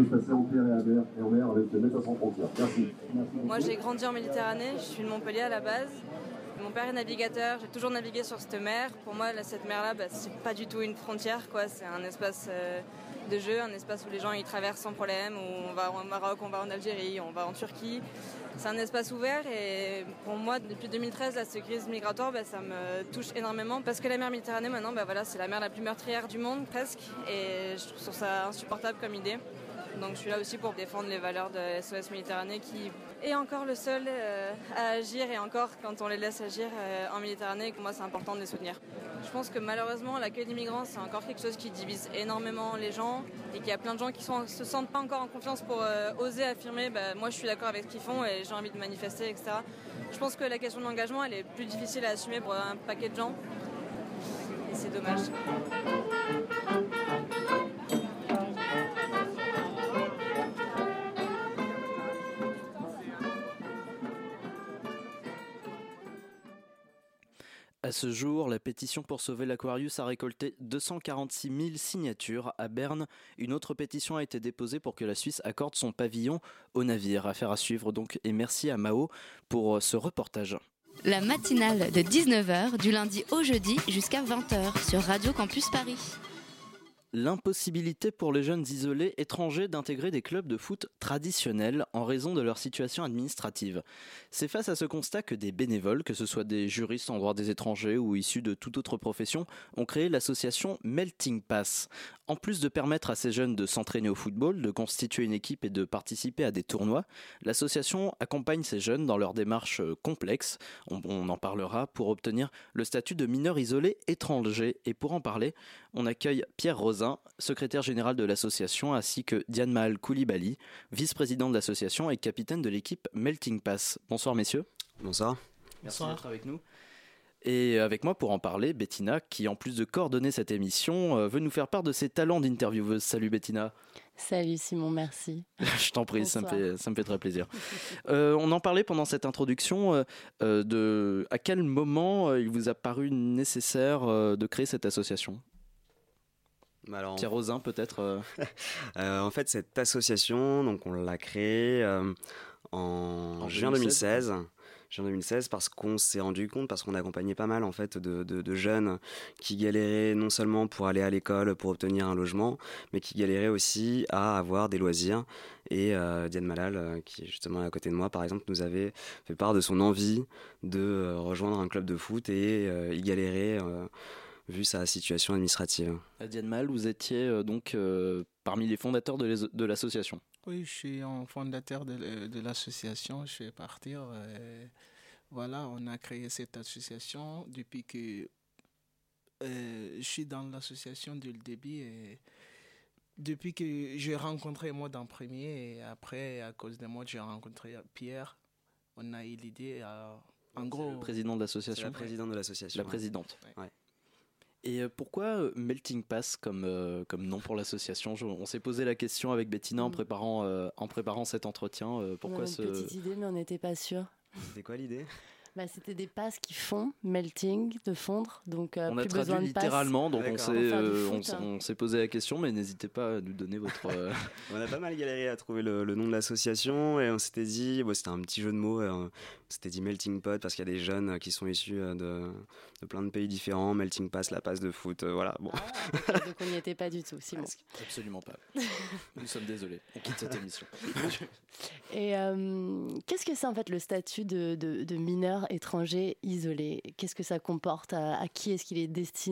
Moi, j'ai grandi en Méditerranée. Je suis de Montpellier à la base. Mon père est navigateur, j'ai toujours navigué sur cette mer. Pour moi, là, cette mer-là, bah, c'est pas du tout une frontière, quoi. C'est un espace euh, de jeu, un espace où les gens y traversent sans problème, où on va au Maroc, on va en Algérie, on va en Turquie. C'est un espace ouvert et pour moi, depuis deux mille treize, là, cette crise migratoire, bah, ça me touche énormément parce que la mer Méditerranée, maintenant, bah, voilà, c'est la mer la plus meurtrière du monde, presque. Et je trouve ça insupportable comme idée. Donc je suis là aussi pour défendre les valeurs de S O S Méditerranée qui est encore le seul euh, à agir et encore quand on les laisse agir euh, en Méditerranée, pour moi c'est important de les soutenir. Je pense que malheureusement l'accueil des migrants c'est encore quelque chose qui divise énormément les gens et qu'il y a plein de gens qui ne se sentent pas encore en confiance pour euh, oser affirmer bah, moi je suis d'accord avec ce qu'ils font et j'ai envie de manifester, et cetera. Je pense que la question de l'engagement elle est plus difficile à assumer pour un paquet de gens et c'est dommage. À ce jour, la pétition pour sauver l'Aquarius a récolté deux cent quarante-six mille signatures à Berne. Une autre pétition a été déposée pour que la Suisse accorde son pavillon au navire. Affaire à suivre donc et merci à Mao pour ce reportage. La matinale de dix-neuf heures du lundi au jeudi jusqu'à vingt heures sur Radio Campus Paris. l'impossibilité pour les jeunes isolés étrangers d'intégrer des clubs de foot traditionnels en raison de leur situation administrative. C'est face à ce constat que des bénévoles, que ce soit des juristes en droit des étrangers ou issus de toute autre profession, ont créé l'association Melting Pass. En plus de permettre à ces jeunes de s'entraîner au football, de constituer une équipe et de participer à des tournois, l'association accompagne ces jeunes dans leurs démarches complexes, on, on en parlera, pour obtenir le statut de mineur isolé étranger. Et pour en parler, on accueille Pierre Rosin, secrétaire général de l'association, ainsi que Diane Mahal Koulibaly, vice-président de l'association et capitaine de l'équipe Melting Pass. Bonsoir messieurs. Bonsoir. Merci Bonsoir. d'être avec nous. Et avec moi pour en parler, Bettina, qui en plus de coordonner cette émission, euh, veut nous faire part de ses talents d'intervieweuse. Salut Bettina. Salut Simon, merci. Je t'en prie, ça me, fait, ça me fait très plaisir. Euh, on en parlait pendant cette introduction, euh, euh, de à quel moment euh, il vous a paru nécessaire euh, de créer cette association ? Alors, Pierre Rosin peut-être euh... euh, En fait, cette association, donc on l'a créée euh, en, en juin deux mille seize. Juin deux mille seize parce qu'on s'est rendu compte, parce qu'on accompagnait pas mal en fait de, de, de jeunes qui galéraient non seulement pour aller à l'école, pour obtenir un logement, mais qui galéraient aussi à avoir des loisirs. Et euh, Diane Mahal, euh, qui est justement à côté de moi par exemple, nous avait fait part de son envie de euh, rejoindre un club de foot et euh, y galérer euh, vu sa situation administrative. Diane Mahal, vous étiez euh, donc euh, parmi les fondateurs de, les, de l'association. Oui, je suis un fondateur de, de l'association. Je vais partir. Euh, voilà, on a créé cette association depuis que euh, je suis dans l'association dès le début. Et depuis que j'ai rencontré Maud en premier, et après, à cause de Maud, j'ai rencontré Pierre. On a eu l'idée. À, en c'est gros, le président de l'association. C'est la présidente de l'association. La présidente. Ouais. Ouais. Et pourquoi Melting Pass comme, euh, comme nom pour l'association ? Je, On s'est posé la question avec Bettina en préparant, euh, en préparant cet entretien. Euh, pourquoi on a ce... une petite idée, mais on n'était pas sûr. C'était quoi l'idée ? Bah, c'était des passes qui font, melting, de fondre, donc euh, on plus a traduit besoin de littéralement, donc on s'est, euh, foot, on, hein. on s'est posé la question, mais n'hésitez pas à nous donner votre... Euh... On a pas mal galéré à trouver le, le nom de l'association, et on s'était dit, bon, c'était un petit jeu de mots, on s'était dit Melting Pot, parce qu'il y a des jeunes qui sont issus de, de plein de pays différents, Melting Pass, la passe de foot, euh, voilà. Bon. Ah, okay, donc on n'y était pas du tout, Simon. Absolument pas. Nous sommes désolés, on quitte cette émission. Et euh, qu'est-ce que c'est en fait le statut de, de, de mineur étranger isolé ? Qu'est-ce que ça comporte ? à, à qui est-ce qu'il est destiné ?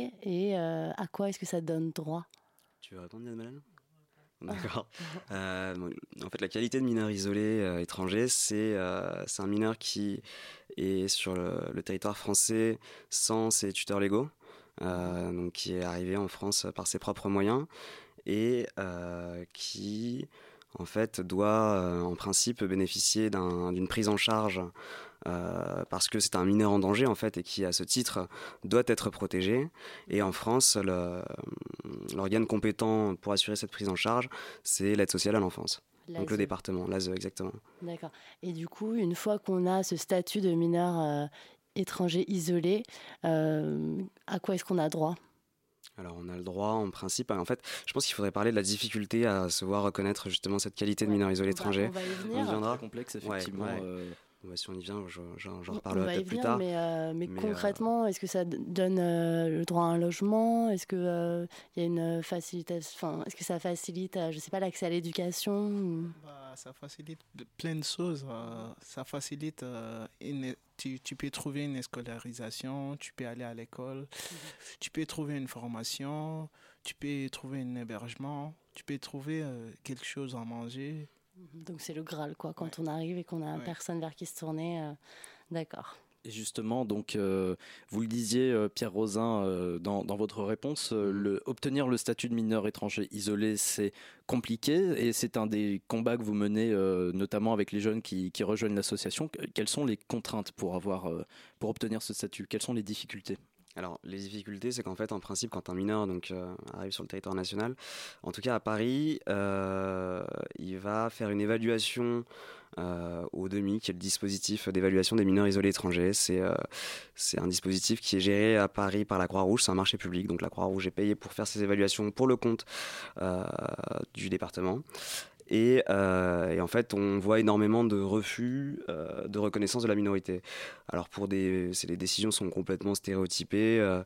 Et euh, à quoi est-ce que ça donne droit ? Tu veux répondre, Diane Mahal ? D'accord. euh, en fait, la qualité de mineur isolé euh, étranger, c'est, euh, c'est un mineur qui est sur le, le territoire français sans ses tuteurs légaux, euh, donc qui est arrivé en France par ses propres moyens et euh, qui... en fait, doit euh, en principe bénéficier d'un, d'une prise en charge euh, parce que c'est un mineur en danger en fait et qui à ce titre doit être protégé. Et en France, le, l'organe compétent pour assurer cette prise en charge, c'est l'aide sociale à l'enfance. L'A S E. Donc le département, l'A S E exactement. D'accord. Et du coup, une fois qu'on a ce statut de mineur euh, étranger isolé, euh, à quoi est-ce qu'on a droit ? Alors on a le droit en principe, en fait je pense qu'il faudrait parler de la difficulté à se voir reconnaître justement cette qualité de mineur isolé étranger. On va y venir. On y viendra. C'est complexe effectivement. Ouais, ouais. Euh... Ouais, si on y vient, je, je, j'en reparlerai peut-être venir, plus tard. Mais, euh, mais, mais concrètement, euh... est-ce que ça donne euh, le droit à un logement ? Est-ce qu'il euh, y a une facilitation, enfin, est-ce que ça facilite, euh, je sais pas, l'accès à l'éducation ou... bah, ça facilite plein de choses. Euh, ça facilite, euh, une, tu, tu peux trouver une scolarisation, tu peux aller à l'école, mmh. tu peux trouver une formation, tu peux trouver un hébergement, tu peux trouver euh, quelque chose à manger. Donc c'est le Graal, quoi, quand ouais. on arrive et qu'on a ouais. personne vers qui se tourner. Euh, d'accord. Et justement, donc, euh, vous le disiez, euh, Pierre Rosin, euh, dans, dans votre réponse, euh, le, obtenir le statut de mineur étranger isolé, c'est compliqué et c'est un des combats que vous menez, euh, notamment avec les jeunes qui, qui rejoignent l'association. Quelles sont les contraintes pour, avoir, euh, pour obtenir ce statut ? Quelles sont les difficultés ? Alors, les difficultés, c'est qu'en fait, en principe, quand un mineur donc, euh, arrive sur le territoire national, en tout cas à Paris, euh, il va faire une évaluation euh, au D E M I, qui est le dispositif d'évaluation des mineurs isolés étrangers. C'est, euh, c'est un dispositif qui est géré à Paris par la Croix-Rouge, c'est un marché public, donc la Croix-Rouge est payée pour faire ces évaluations pour le compte euh, du département. Et, euh, et en fait, on voit énormément de refus euh, de reconnaissance de la minorité. Alors, pour des, c'est, les décisions sont complètement stéréotypées. Euh,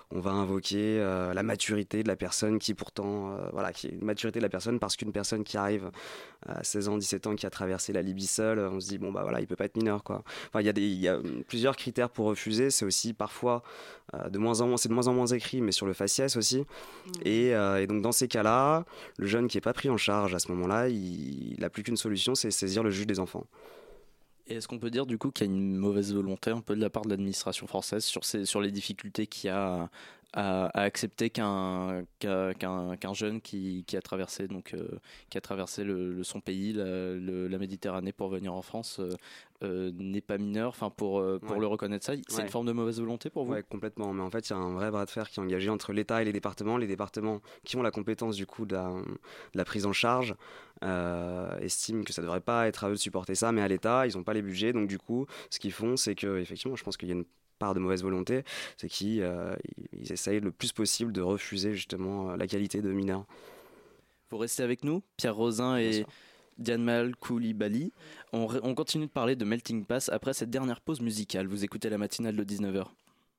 on va invoquer euh, la maturité de la personne qui pourtant, euh, voilà, qui est maturité de la personne parce qu'une personne qui arrive à seize ans, dix-sept ans, qui a traversé la Libye seule, on se dit bon bah voilà, il peut pas être mineur quoi. Enfin, il y a des, il y a plusieurs critères pour refuser. C'est aussi parfois euh, de moins en moins, c'est de moins en moins écrit, mais sur le faciès aussi. Mmh. Et, euh, et donc dans ces cas-là, le jeune qui est pas pris en charge à ce moment-là, il, il a plus qu'une solution, c'est saisir le juge des enfants. Et est-ce qu'on peut dire du coup qu'il y a une mauvaise volonté un peu de la part de l'administration française sur, ces, sur les difficultés qu'il y a à, à accepter qu'un, qu'un, qu'un, qu'un jeune qui, qui a traversé, donc, euh, qui a traversé le, le, son pays, la, le, la Méditerranée pour venir en France, euh, euh, n'est pas mineur, enfin pour, euh, pour ouais. le reconnaître ça, c'est ouais. une forme de mauvaise volonté pour vous ? Oui, complètement. Mais en fait, il y a un vrai bras de fer qui est engagé entre l'État et les départements. Les départements qui ont la compétence du coup de la, de la prise en charge euh, estiment que ça ne devrait pas être à eux de supporter ça, mais à l'État, ils n'ont pas les budgets. Donc du coup, ce qu'ils font, c'est que effectivement, je pense qu'il y a une part de mauvaise volonté, c'est qu'ils euh, ils essayent le plus possible de refuser justement la qualité de mineur. Vous restez avec nous, Pierre Rosin et Djanmal Coulibaly. On, re- on continue de parler de Melting Pass après cette dernière pause musicale. Vous écoutez la matinale de dix-neuf heures.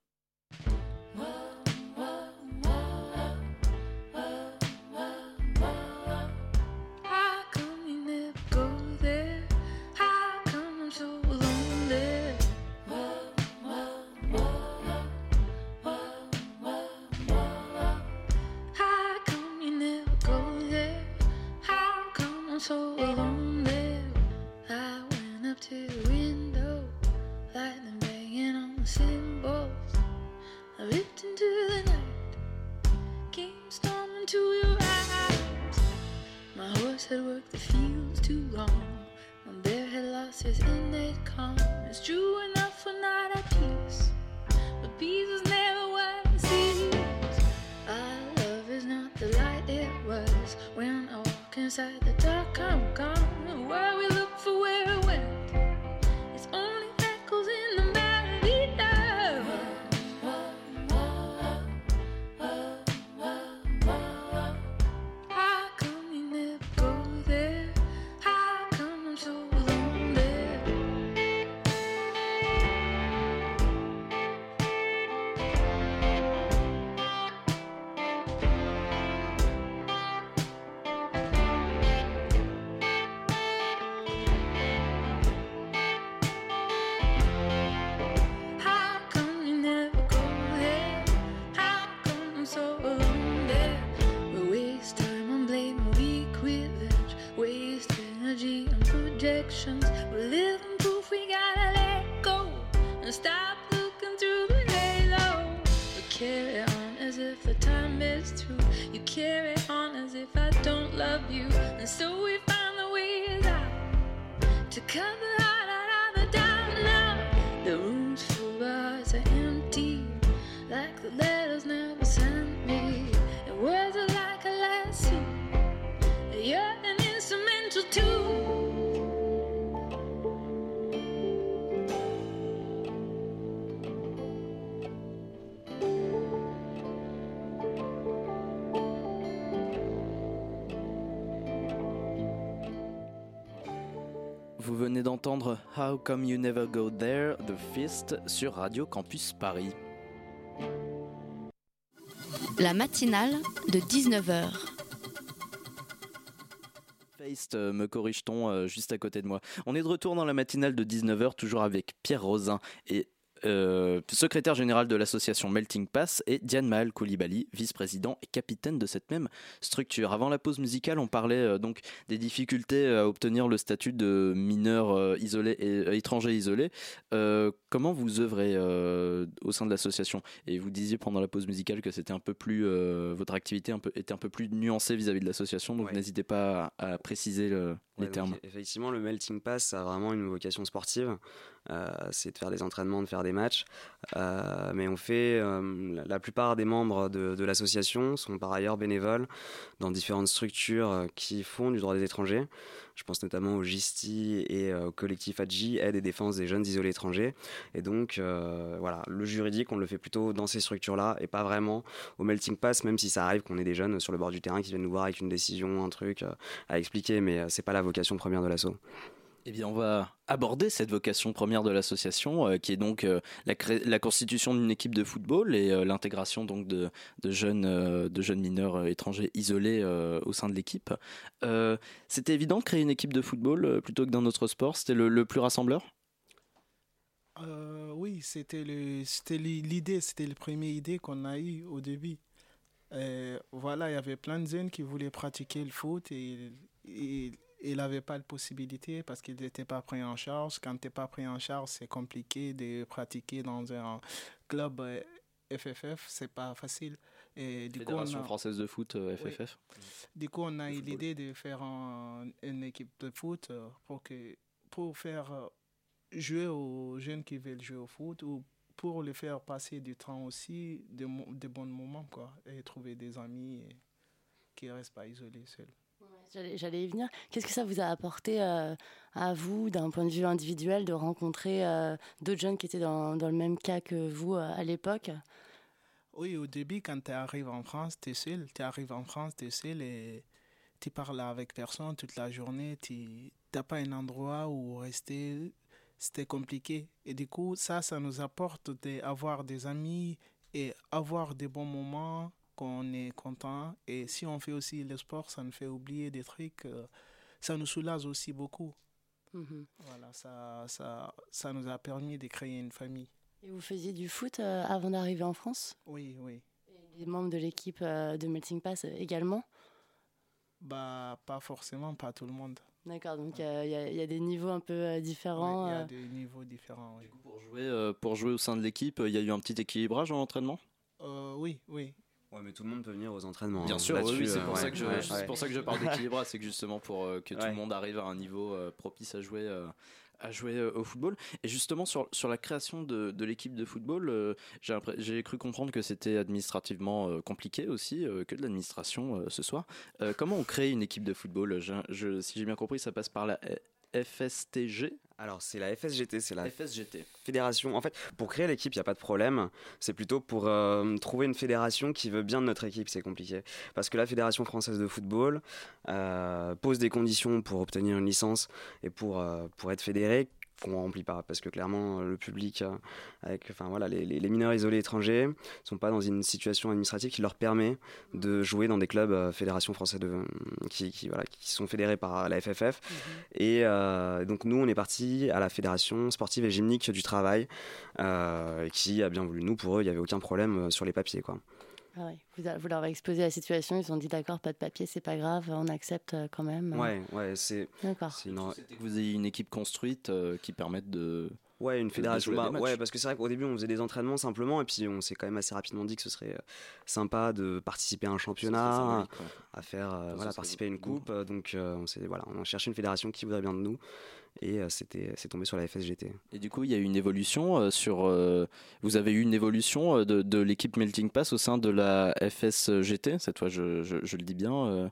So alone there, I went up to the window, lightning banging on the cymbals. I ripped into the night, came storming to your eyes. My horse had worked the fields too long, my bear had lost his innate calm. It's true enough we're not at peace, but peace is never what it seems. Our love is not the light it was when I walk inside the dark. Come, come, where we look for where it went. It's only echoes in the melody now. How come you never go there? How come I'm so alone there? We're living proof we gotta let go and stop looking through the halo. We carry on as if the time is through. You carry on as if I don't love you. And so we find the ways out to cut the heart out of the doubt now. The rooms full of hearts are empty, like the letters never sent me. And words are like a lasso. You're an instrumental too. Vous venez d'entendre How Come You Never Go There, The Fist, sur Radio Campus Paris. La matinale de dix-neuf heures. Feist, euh, me corrige-t-on euh, juste à côté de moi. On est de retour dans la matinale de dix-neuf heures, toujours avec Pierre Rosin et Euh, secrétaire général de l'association Melting Pass, et Djanmal Coulibaly, vice-président et capitaine de cette même structure. Avant la pause musicale, on parlait euh, donc des difficultés à obtenir le statut de mineur euh, isolé et euh, étranger isolé. Euh, comment vous œuvrez euh, au sein de l'association ? Et vous disiez pendant la pause musicale que c'était un peu plus euh, votre activité un peu, était un peu plus nuancée vis-à-vis de l'association, donc ouais. N'hésitez pas à, à préciser le, les ouais, termes. Donc, effectivement, le Melting Pass a vraiment une vocation sportive. Euh, c'est de faire des entraînements, de faire des matchs, euh, mais on fait euh, la, la plupart des membres de, de l'association sont par ailleurs bénévoles dans différentes structures qui font du droit des étrangers. Je pense notamment au G I S T I et euh, au collectif A G I, Aide et Défense des Jeunes Isolés Étrangers. Et donc, euh, voilà, le juridique, on le fait plutôt dans ces structures-là et pas vraiment au Melting Pass, même si ça arrive qu'on ait des jeunes sur le bord du terrain qui viennent nous voir avec une décision, un truc euh, à expliquer, mais euh, c'est pas la vocation première de l'asso. Eh bien, on va aborder cette vocation première de l'association, euh, qui est donc euh, la, cré- la constitution d'une équipe de football et euh, l'intégration donc de, de jeunes, euh, de jeunes mineurs euh, étrangers isolés euh, au sein de l'équipe. Euh, c'était évident de créer une équipe de football euh, plutôt que d'un autre sport. C'était le, le plus rassembleur. Euh, oui, c'était le, c'était l'i- l'idée, c'était la première idée qu'on a eue au début. Euh, voilà, il y avait plein de jeunes qui voulaient pratiquer le foot et, et ils n'avaient pas la possibilité parce qu'ils n'étaient pas pris en charge. Quand tu n'es pas pris en charge, c'est compliqué de pratiquer dans un club euh, F F F, c'est pas facile. Et du coup, on Fédération a- française de foot, euh, F F F. Oui. Du coup, on a eu l'idée de faire un- une équipe de foot euh, pour, que, pour faire euh, jouer aux jeunes qui veulent jouer au foot ou pour les faire passer du temps aussi, de, mo- de bons moments, quoi, et trouver des amis et, qui ne restent pas isolés seuls. J'allais, j'allais y venir. Qu'est-ce que ça vous a apporté euh, à vous, d'un point de vue individuel, de rencontrer euh, d'autres jeunes qui étaient dans, dans le même cas que vous euh, à l'époque? Oui, au début, quand tu arrives en France, tu es seul. Tu arrives en France, tu es seul et tu parles avec personne toute la journée. Tu n'as pas un endroit où rester. C'était compliqué. Et du coup, ça, ça nous apporte d'avoir des amis et avoir des bons moments qu'on est content. Et si on fait aussi le sport, ça nous fait oublier des trucs. euh, Ça nous soulage aussi beaucoup. Mhm. Voilà, ça, ça, ça nous a permis de créer une famille. Et vous faisiez du foot euh, avant d'arriver en France? Oui, oui. Et les membres de l'équipe euh, de Melting Pass euh, également? Bah, pas forcément, pas tout le monde. D'accord, donc il y, y a des niveaux un peu euh, différents. Il y a euh. des niveaux différents, oui. Pour jouer, euh, pour jouer au sein de l'équipe, il y a eu un petit équilibrage dans l'entraînement. Euh, oui, oui. Ouais, mais tout le monde peut venir aux entraînements. Bien hein. sûr, oui, Là-dessus, oui, c'est euh, pour, ouais, ça que je, ouais, c'est ouais. pour ça que je parle d'équilibrage, c'est que justement pour euh, que tout Ouais. le monde arrive à un niveau euh, propice à jouer, euh, à jouer euh, au football. Et justement, sur, sur la création de, de l'équipe de football, euh, j'ai, impré- j'ai cru comprendre que c'était administrativement euh, compliqué aussi, euh, que de l'administration euh, ce soir. Euh, comment on crée une équipe de football? je, je, Si j'ai bien compris, ça passe par la F S T G. Alors, c'est la F S G T, c'est la F S G T. fédération. En fait, pour créer l'équipe, il n'y a pas de problème. C'est plutôt pour euh, trouver une fédération qui veut bien de notre équipe, c'est compliqué. Parce que la Fédération française de football euh, pose des conditions pour obtenir une licence et pour, euh, pour être fédéré qu'on ne remplit pas. Parce que clairement, le public, euh, avec, enfin, voilà, les, les, les mineurs isolés étrangers ne sont pas dans une situation administrative qui leur permet de jouer dans des clubs euh, Fédération française de, qui, qui, voilà, qui sont fédérés par la F F F. Mm-hmm. Et euh, donc nous, on est parti à la Fédération sportive et gymnique du travail, euh, qui a bien voulu nous. Pour eux, il n'y avait aucun problème sur les papiers, quoi. Ah ouais. vous, a- vous leur avez exposé la situation, ils ont dit d'accord, pas de papier, c'est pas grave, on accepte euh, quand même. Ouais, ouais, c'est. D'accord. c'est une... C'était que vous ayez une équipe construite euh, qui permette de. Ouais, une de fédération. jouer Bah, des matchs. ouais, parce que c'est vrai qu'au début, on faisait des entraînements simplement, et puis on s'est quand même assez rapidement dit que ce serait euh, sympa de participer à un championnat, symbolique, ouais. à faire, euh, Ça voilà, serait participer à une beaucoup. coupe. euh, Donc, euh, on s'est, voilà, on a cherché une fédération qui voudrait bien de nous, et euh, c'était, c'est tombé sur la F S G T. Et du coup, il y a eu une évolution euh, sur. euh, vous avez eu une évolution euh, de, de l'équipe Melting Pass au sein de la F S G T. Cette fois, je, je, je le dis bien. euh.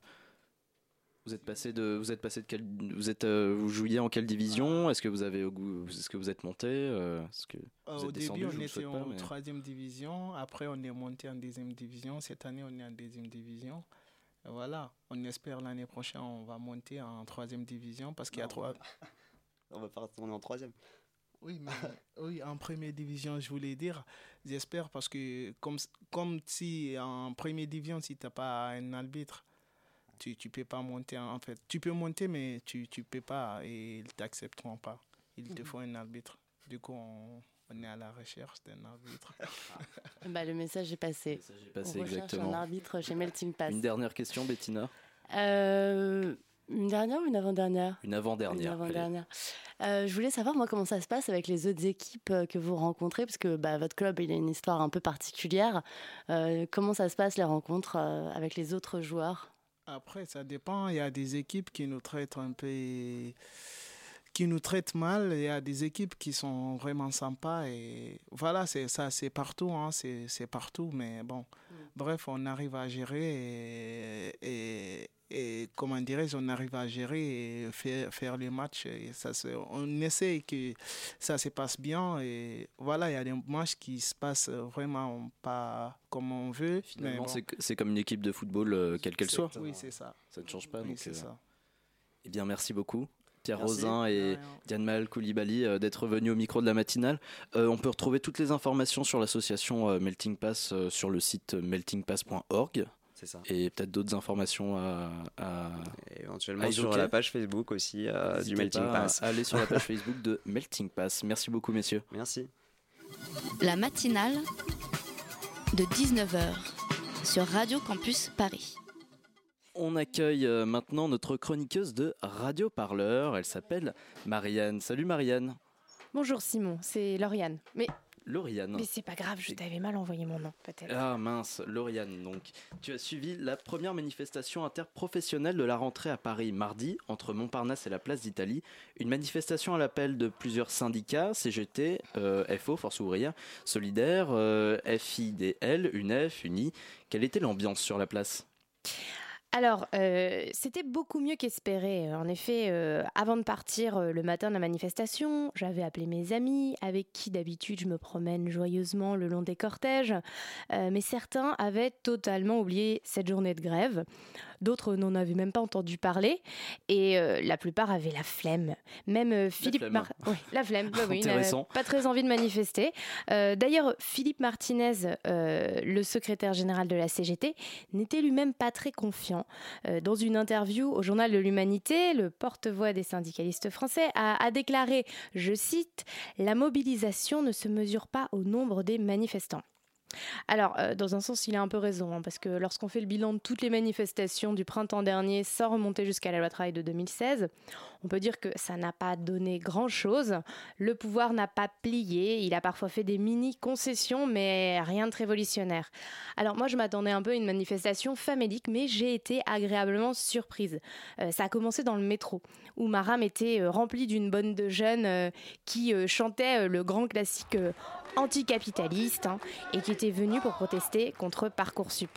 Vous êtes passé de. Vous êtes passé de quelle. Vous êtes. euh, vous jouiez en quelle division? Est-ce que vous avez. au goût- Est-ce que vous êtes monté? euh, Est-ce que Euh, vous au êtes descendu? début, Je on vous le était souhaite en pas, mais- troisième division. Après, on est monté en deuxième division. Cette année, on est en deuxième division. Et voilà, on espère l'année prochaine, on va monter en troisième division parce qu'il y a Non. trois. On va pas retourner en troisième. Oui, mais oui, en première division, je voulais dire, j'espère parce que comme, comme si en première division, si tu n'as pas un arbitre, tu ne peux pas monter. En fait, tu peux monter, mais tu ne peux pas et ils ne t'accepteront pas. Il te Mhm. faut un arbitre. Du coup, on, on est à la recherche d'un arbitre. Bah, le message est passé. est passé, on recherche exactement. un arbitre chez Melting Pass. Une dernière question, Bettina. Euh, une dernière ou une avant-dernière? Une avant-dernière. Une allez. avant-dernière. Euh, je voulais savoir, moi, comment ça se passe avec les autres équipes euh, que vous rencontrez, parce que bah, votre club, il a une histoire un peu particulière. Euh, comment ça se passe, les rencontres euh, avec les autres joueurs? Après, ça dépend. Il y a des équipes qui nous traitent un peu, qui nous traitent mal. Il y a des équipes qui sont vraiment sympas. Et voilà, c'est ça, c'est partout, hein, c'est, c'est partout. Mais bon, bref, on arrive à gérer et, et, et comment dirais-je, on arrive à gérer et faire, faire les matchs. Et ça, se- on essaie que ça se passe bien. Et voilà, il y a des matchs qui se passent vraiment pas comme on veut. Finalement, mais bon. c'est, c'est comme une équipe de football, euh, quelle qu'elle soit. Oui, c'est ça. Ça ne change pas. Oui, donc, c'est euh, ça. Eh bien, merci beaucoup, Pierre Merci. Rosin et Diane Mal Koulibaly euh, d'être venus au micro de la matinale. Euh, on peut retrouver toutes les informations sur l'association euh, Melting Pass euh, sur le site melting pass point org. C'est ça. Et peut-être d'autres informations à, à Et éventuellement à sur évoquer. la page Facebook aussi euh, du N'hésitez Melting pas Pass. à aller sur la page Facebook de Melting Pass. Merci beaucoup, messieurs. Merci. La matinale de dix-neuf heures sur Radio Campus Paris. On accueille euh, maintenant notre chroniqueuse de Radio Parleur. Elle s'appelle Marianne. Salut Marianne. Bonjour Simon, c'est Lauriane. Mais, Lauriane. mais c'est pas grave, je t'avais mal envoyé mon nom peut-être. Ah mince, Lauriane, donc. Tu as suivi la première manifestation interprofessionnelle de la rentrée à Paris mardi, entre Montparnasse et la place d'Italie. Une manifestation à l'appel de plusieurs syndicats, C G T, euh, F O, Force ouvrière, Solidaire, euh, F I D L, U N E F, U N I. Quelle était l'ambiance sur la place ? Alors, euh, c'était beaucoup mieux qu'espéré. En effet, euh, avant de partir euh, le matin de la manifestation, j'avais appelé mes amis, avec qui d'habitude je me promène joyeusement le long des cortèges. Euh, mais certains avaient totalement oublié cette journée de grève. D'autres n'en avaient même pas entendu parler. Et euh, la plupart avaient la flemme. Même euh, Philippe... flemme. Mar- oui, la flemme. Bah oui, il n'avait Intéressant. pas très envie de manifester. Euh, d'ailleurs, Philippe Martinez, euh, le secrétaire général de la C G T, n'était lui-même pas très confiant. Euh, dans une interview au Journal de l'Humanité, le porte-voix des syndicalistes français a, a déclaré, je cite, « La mobilisation ne se mesure pas au nombre des manifestants ». Alors, euh, dans un sens, il a un peu raison, hein, parce que lorsqu'on fait le bilan de toutes les manifestations du printemps dernier, sans remonter jusqu'à la loi travail de deux mille seize, on peut dire que ça n'a pas donné grand-chose. Le pouvoir n'a pas plié, il a parfois fait des mini-concessions, mais rien de révolutionnaire. Alors moi, je m'attendais un peu à une manifestation famélique, mais j'ai été agréablement surprise. Euh, ça a commencé dans le métro, où ma rame était euh, remplie d'une bande de jeunes euh, qui euh, chantaient euh, le grand classique euh, anticapitaliste hein, et qui étaient venus pour protester contre Parcoursup.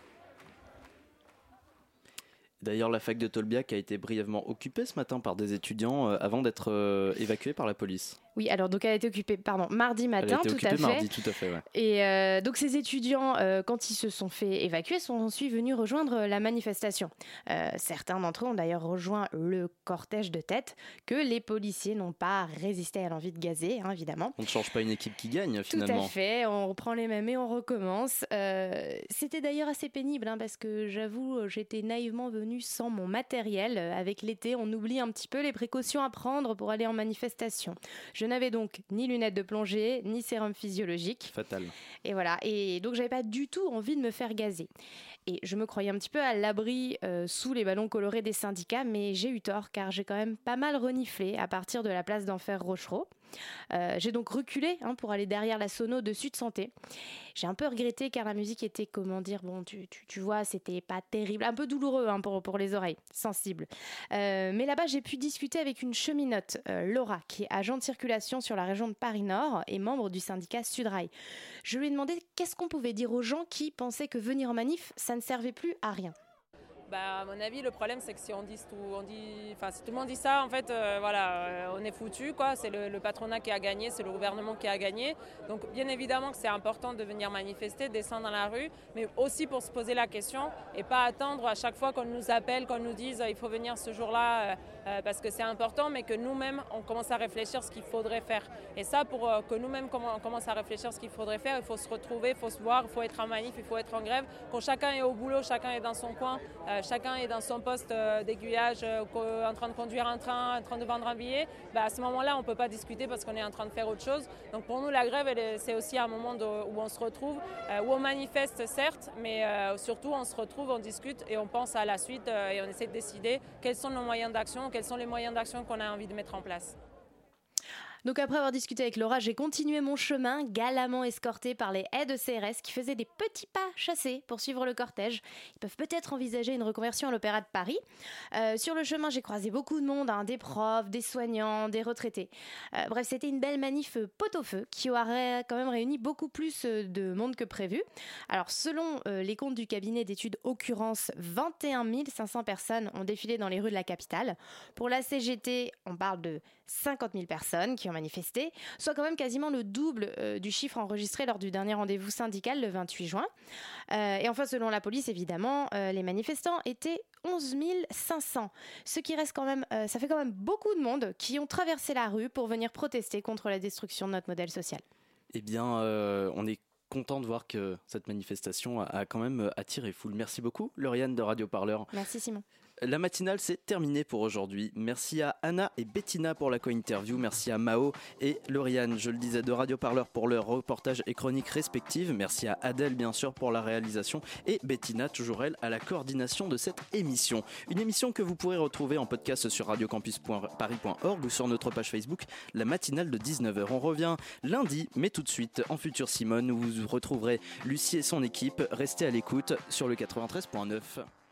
D'ailleurs, la fac de Tolbiac a été brièvement occupée ce matin par des étudiants euh, avant d'être euh, évacués par la police. Oui, alors donc elle a été occupée, pardon, mardi matin, Elle a été tout à occupée fait. mardi, tout à fait, ouais. Et euh, donc ces étudiants, euh, quand ils se sont fait évacuer, sont ensuite venus rejoindre la manifestation. Euh, certains d'entre eux ont d'ailleurs rejoint le cortège de tête que les policiers n'ont pas résisté à l'envie de gazer, hein, évidemment. On ne change pas une équipe qui gagne, finalement. Tout à fait, on reprend les mêmes et on recommence. Euh, c'était d'ailleurs assez pénible, hein, parce que j'avoue, j'étais naïvement venue sans mon matériel. Avec l'été, on oublie un petit peu les précautions à prendre pour aller en manifestation. Je n'avais donc ni lunettes de plongée, ni sérum physiologique. Fatal. Et voilà, et donc j'avais pas du tout envie de me faire gazer. Et je me croyais un petit peu à l'abri euh, sous les ballons colorés des syndicats, mais j'ai eu tort car j'ai quand même pas mal reniflé à partir de la place d'Enfer Rochereau. Euh, j'ai donc reculé hein, pour aller derrière la sono de Sud Santé. J'ai un peu regretté car la musique était, comment dire, bon, tu, tu, tu vois, c'était pas terrible, un peu douloureux hein, pour, pour les oreilles, sensibles. Euh, mais là-bas, j'ai pu discuter avec une cheminote, euh, Laura, qui est agent de circulation sur la région de Paris-Nord et membre du syndicat Sudrail. Je lui ai demandé qu'est-ce qu'on pouvait dire aux gens qui pensaient que venir en manif, ça ne servait plus à rien. Bah, à mon avis, le problème, c'est que si on dit tout, on dit, enfin, si tout le monde dit ça, en fait, euh, voilà, euh, on est foutu, quoi. C'est le, le patronat qui a gagné, c'est le gouvernement qui a gagné. Donc, bien évidemment que c'est important de venir manifester, descendre dans la rue, mais aussi pour se poser la question et pas attendre à chaque fois qu'on nous appelle, qu'on nous dise euh, il faut venir ce jour-là euh, euh, parce que c'est important, mais que nous-mêmes, on commence à réfléchir ce qu'il faudrait faire. Et ça, pour euh, que nous-mêmes on commence à réfléchir ce qu'il faudrait faire, il faut se retrouver, il faut se voir, il faut être en manif, il faut être en grève. Quand chacun est au boulot, chacun est dans son coin, euh, chacun est dans son poste euh, d'aiguillage, euh, en train de conduire un train, en train de vendre un billet, bah, à ce moment-là, on ne peut pas discuter parce qu'on est en train de faire autre chose. Donc pour nous, la grève, elle est, c'est aussi un moment de, où on se retrouve, euh, où on manifeste, certes, mais euh, surtout, on se retrouve, on discute et on pense à la suite euh, et on essaie de décider quels sont nos moyens d'action, quels sont les moyens d'action qu'on a envie de mettre en place. Donc après avoir discuté avec Laura, j'ai continué mon chemin, galamment escorté par les haies de C R S qui faisaient des petits pas chassés pour suivre le cortège. Ils peuvent peut-être envisager une reconversion à l'Opéra de Paris. Euh, sur le chemin, j'ai croisé beaucoup de monde, hein, des profs, des soignants, des retraités. Euh, bref, c'était une belle manif pot-au-feu qui aurait quand même réuni beaucoup plus de monde que prévu. Alors selon euh, les comptes du cabinet d'études Occurrence, vingt et un mille cinq cents personnes ont défilé dans les rues de la capitale. Pour la C G T, on parle de cinquante mille personnes qui ont manifesté, soit quand même quasiment le double euh, du chiffre enregistré lors du dernier rendez-vous syndical le vingt-huit juin. Euh, et enfin, selon la police, évidemment, euh, les manifestants étaient onze mille cinq cents, ce qui reste quand même, euh, ça fait quand même beaucoup de monde qui ont traversé la rue pour venir protester contre la destruction de notre modèle social. Eh bien, euh, on est content de voir que cette manifestation a, a quand même attiré foule. Merci beaucoup, Lauriane de Radio Parleur. Merci Simon. La matinale, c'est terminé pour aujourd'hui. Merci à Anna et Bettina pour la co-interview. Merci à Mao et Lauriane, je le disais, de Radio Parleur pour leurs reportages et chroniques respectives. Merci à Adèle, bien sûr, pour la réalisation. Et Bettina, toujours elle, à la coordination de cette émission. Une émission que vous pourrez retrouver en podcast sur radiocampus point paris point org ou sur notre page Facebook, la matinale de dix-neuf heures. On revient lundi, mais tout de suite en Futur Simone, où vous retrouverez Lucie et son équipe. Restez à l'écoute sur le quatre-vingt-treize point neuf.